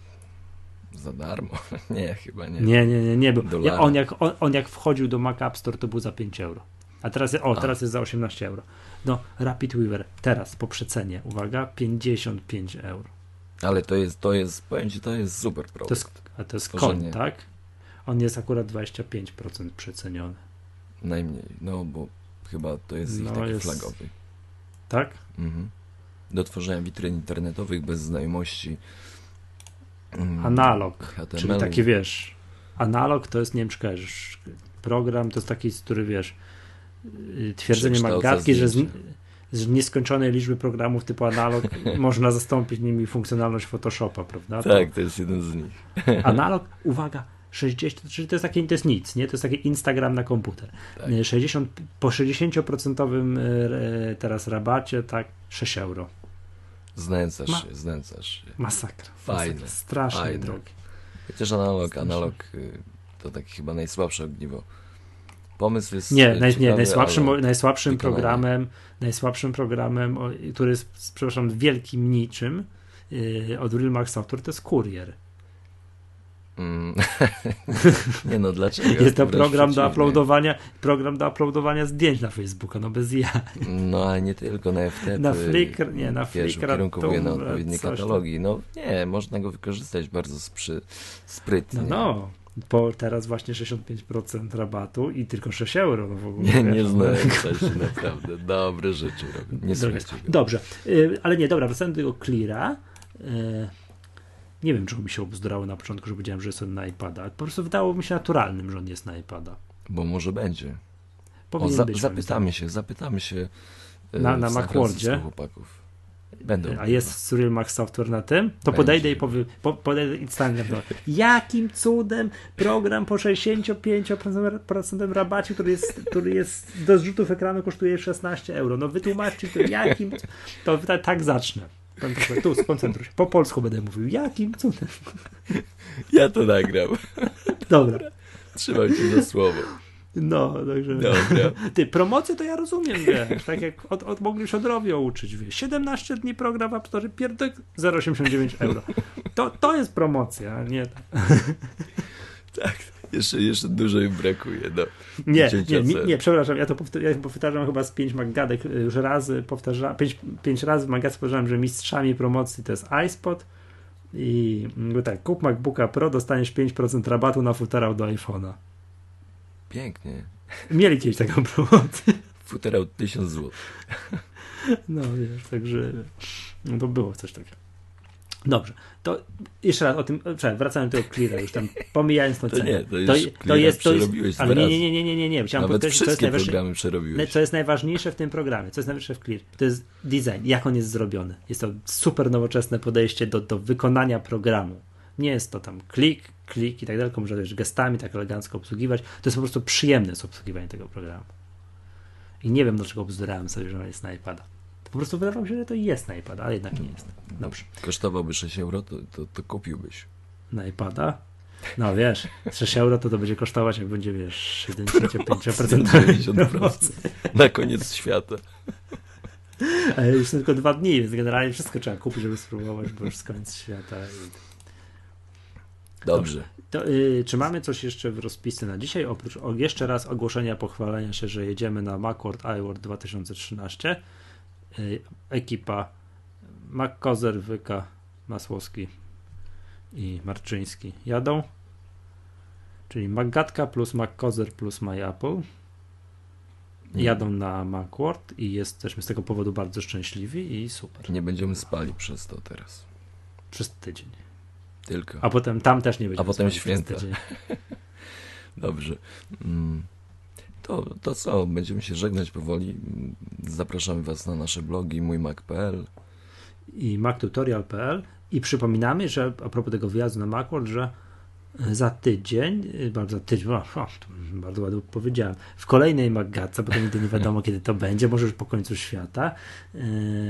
za darmo. Nie, chyba nie. Nie, nie, nie, nie był. Ja, on, jak, on, on jak wchodził do Mac App Store, to był za pięć euro. A teraz, o, teraz jest za osiemnaście euro. No, Rapid Weaver teraz po przecenie, uwaga, pięćdziesiąt pięć euro. Ale to jest, to jest, powiem ci, to jest super produkt. To jest, a to jest koń, tak? On jest akurat dwadzieścia pięć procent przeceniony. Najmniej, no bo chyba to jest ich no taki jest... flagowy. Tak? Mhm. Do tworzenia witryn internetowych bez znajomości mm, analog, H T M L. Czyli taki, wiesz, analog to jest, nie wiem, czy kojarzysz, program to jest taki, który, wiesz, twierdzenie Maggatki, że z, z nieskończonej liczby programów typu analog można zastąpić nimi funkcjonalność Photoshopa, prawda? Tak, to, to jest jeden z nich. Analog, uwaga, sześćdziesiąt, czyli to jest takie, to jest nic, nie? To jest taki Instagram na komputer. Tak. sześćdziesiąt, po sześćdziesiąt procent teraz rabacie, tak, sześć euro. Znęcasz Ma- się, znęcasz się. Masakra. Fajne. Masakra. Strasznie fajne. drogi. Chociaż analog, analog to takie chyba najsłabsze ogniwo. Pomysł jest Nie, ciekawy, naj, nie najsłabszym, najsłabszym wykonanie. programem, najsłabszym programem, który jest, przepraszam, wielkim niczym yy, od RealMax Software, to jest Courier. Mm. Nie no, dlaczego? Jest to program do uploadowania, program do uploadowania zdjęć na Facebooka, no bez ja. No ale nie tylko na F T P. Na Flickr, nie, na Flickr. Ukierunkowuje na odpowiednie katalogi. No nie, można go wykorzystać bardzo sprzy, sprytnie. No, no. Po teraz właśnie sześćdziesiąt pięć procent rabatu i tylko sześć euro. No w ogóle, nie, nie znałem się naprawdę. Dobre rzeczy robię. Nie słuchajcie go. Dobrze, yy, ale nie, dobra, wracając do tego Cleara. Yy, nie wiem, czemu mi się obzdurało na początku, że powiedziałem, że jest on na iPada. Po prostu wydało mi się naturalnym, że on jest na iPada. Bo może będzie. Powinien o, za, być, zapytamy się, zapytamy się yy, na, na Macworldzie. chłopaków. Będą. A jest Cyril Max Software na tym? To Będzie. podejdę i powiem, po, podejdę i stanę no. Jakim cudem program po sześćdziesiąt pięć procent rabacie, który jest, który jest do zrzutów ekranu kosztuje szesnaście euro. No wytłumaczcie to, jakim to tak, tak zacznę. Tu skoncentruj się. Po polsku będę mówił. Jakim cudem? Ja to nagram. Dobra. Trzymam cię za słowo. No, także. Dobra. Ty, promocję to ja rozumiem, wiesz. Tak jak od, od mogli Szodrowi uczyć, wiesz. siedemnaście dni program w App Store, pierdek zero przecinek osiemdziesiąt dziewięć euro. To, to jest promocja, nie tak. Tak, jeszcze, jeszcze dużo im brakuje. No. Nie, nie, nie, nie, przepraszam, ja to powtarzam, ja powtarzam chyba z pięć magadek już razy, powtarzam, pięć, pięć razy w magadce powtarzałem, że mistrzami promocji to jest iSpot i no tak, kup MacBooka Pro, dostaniesz pięć procent rabatu na futerał do iPhone'a. Pięknie. Mieli kiedyś taką promocję. Futerał tysiąc złotych. No wiesz, także no to było coś takiego. Dobrze, to jeszcze raz o tym, wracając do tego Cleara, już tam pomijając to, to nie, to już to, to jest, to jest, ale nie, nie, nie, nie, nie, nie, nie. Chciałem Nawet wszystkie programy przerobiłeś. Co jest najważniejsze w tym programie, co jest najważniejsze w Clear, to jest design, jak on jest zrobiony. Jest to super nowoczesne podejście do, do wykonania programu. Nie jest to tam klik, klik i tak dalej, tylko można też gestami tak elegancko obsługiwać. To jest po prostu przyjemne z obsługiwanie tego programu. I nie wiem, dlaczego obzdurałem sobie, że on jest na iPada. Po prostu wydawało mi się, że to jest na iPada, ale jednak nie jest. Dobrze. Kosztowałby sześć euro, to, to, to kupiłbyś. Na iPada? No wiesz, sześć euro to to będzie kosztować, jak będzie, wiesz, siedemdziesiąt pięć procent. dziewięćdziesiąt procent. Na koniec świata. Ale już tylko dwa dni, więc generalnie wszystko trzeba kupić, żeby spróbować, bo już jest koniec świata. I... Dobrze. To, y, czy mamy coś jeszcze w rozpisce na dzisiaj? Oprócz o, jeszcze raz ogłoszenia, pochwalenia się, że jedziemy na Macworld iWorld dwa tysiące trzynaście. Y, ekipa MacKozer, Wyka, Masłowski i Marczyński jadą. Czyli Maggatka plus MacKozer plus MyApple jadą na Macworld i jesteśmy z tego powodu bardzo szczęśliwi i super. Nie będziemy spali przez to teraz. Przez tydzień. Tylko. A potem tam też nie będzie. A potem święta. Dobrze. To, to co? Będziemy się żegnać powoli. Zapraszamy Was na nasze blogi mój mac kropka p l i mac tutorial kropka p l i przypominamy, że a propos tego wyjazdu na Macworld, że za tydzień, bardzo za tydzień, o, o, bardzo ładnie powiedziałem, w kolejnej Maggatce, bo to nigdy nie wiadomo kiedy to będzie, może już po końcu świata, yy,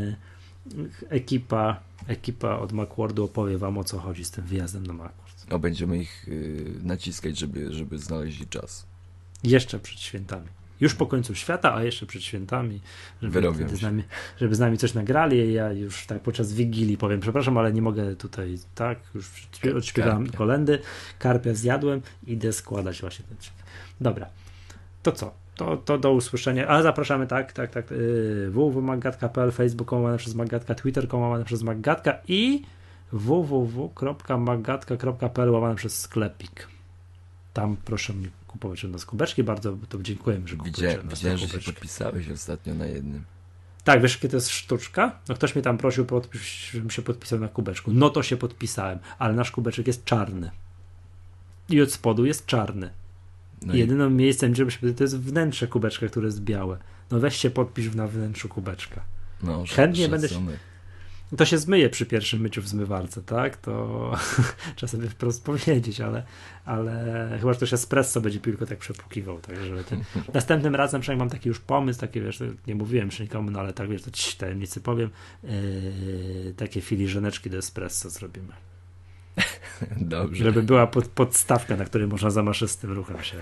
ekipa ekipa od Macworldu opowie Wam, o co chodzi z tym wyjazdem na Macworld. No, będziemy ich yy, naciskać, żeby, żeby znaleźli czas. Jeszcze przed świętami. Już po końcu świata, a jeszcze przed świętami, żeby, z nami, żeby z nami coś nagrali. Ja już tak podczas Wigilii powiem, przepraszam, ale nie mogę tutaj, tak, już odśpiewałem kolędy, karpia zjadłem, idę składać właśnie ten czek. Dobra, to co? To, to do usłyszenia. A zapraszamy, tak, tak, tak, yy, w w w kropka maggatka kropka p l, Facebook łamane przez Maggatka, Twitter łamane przez Maggatka i w w w kropka maggatka kropka p l łamane przez sklepik. Tam proszę mnie kupować od nas kubeczki, bardzo to dziękujemy, że kupujecie od nas Widziałem, że się podpisałeś ostatnio na jednym. Tak, wiesz, jakie to jest sztuczka? No ktoś mnie tam prosił, podpis, żebym się podpisał na kubeczku. No to się podpisałem, ale nasz kubeczek jest czarny. I od spodu jest czarny. No i jedynym i... miejscem, żeby się to jest wnętrze kubeczka, które jest białe. No weź się podpisz na wnętrzu kubeczka. No, chętnie będę się... To się zmyje przy pierwszym myciu w zmywarce, tak? To trzeba sobie wprost powiedzieć, ale, ale chyba, że to się espresso będzie tylko tak przepłukiwał. Także ten... Następnym razem przynajmniej mam taki już pomysł, taki, wiesz, nie mówiłem jeszcze nikomu, no ale tak, wiesz, to ci tajemnicy powiem, yy, takie filiżaneczki do espresso zrobimy. Dobrze. Żeby była pod, podstawka, na której można za maszystym ruchem się...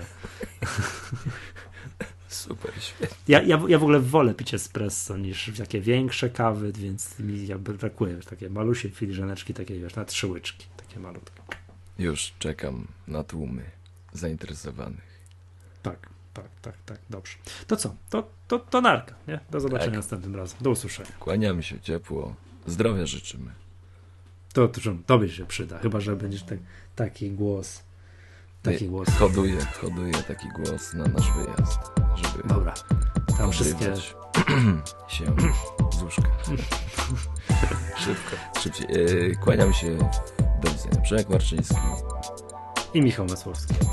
Super, świetnie. Ja, ja, ja w ogóle wolę pić espresso niż takie większe kawy, więc mi jakby brakuje wiesz, takie malusie filiżaneczki, takie wiesz, na trzy łyczki, takie malutkie. Już czekam na tłumy zainteresowanych. Tak, tak, tak, tak, dobrze. To co? To, to, to narka, nie? Do zobaczenia Tak. następnym razem. Do usłyszenia. Kłaniamy się ciepło. Zdrowia życzymy. To, to tobie się przyda, chyba że będziesz tak, taki głos. Taki Nie, głos. Hoduję, hoduję taki głos na nasz wyjazd, żeby Dobra. Tam wszystkie. odrywać się z łóżka. Szybko, szybciej. Yy, kłaniam się. Do widzenia. Przemek Marczyński I Michał Masłowski.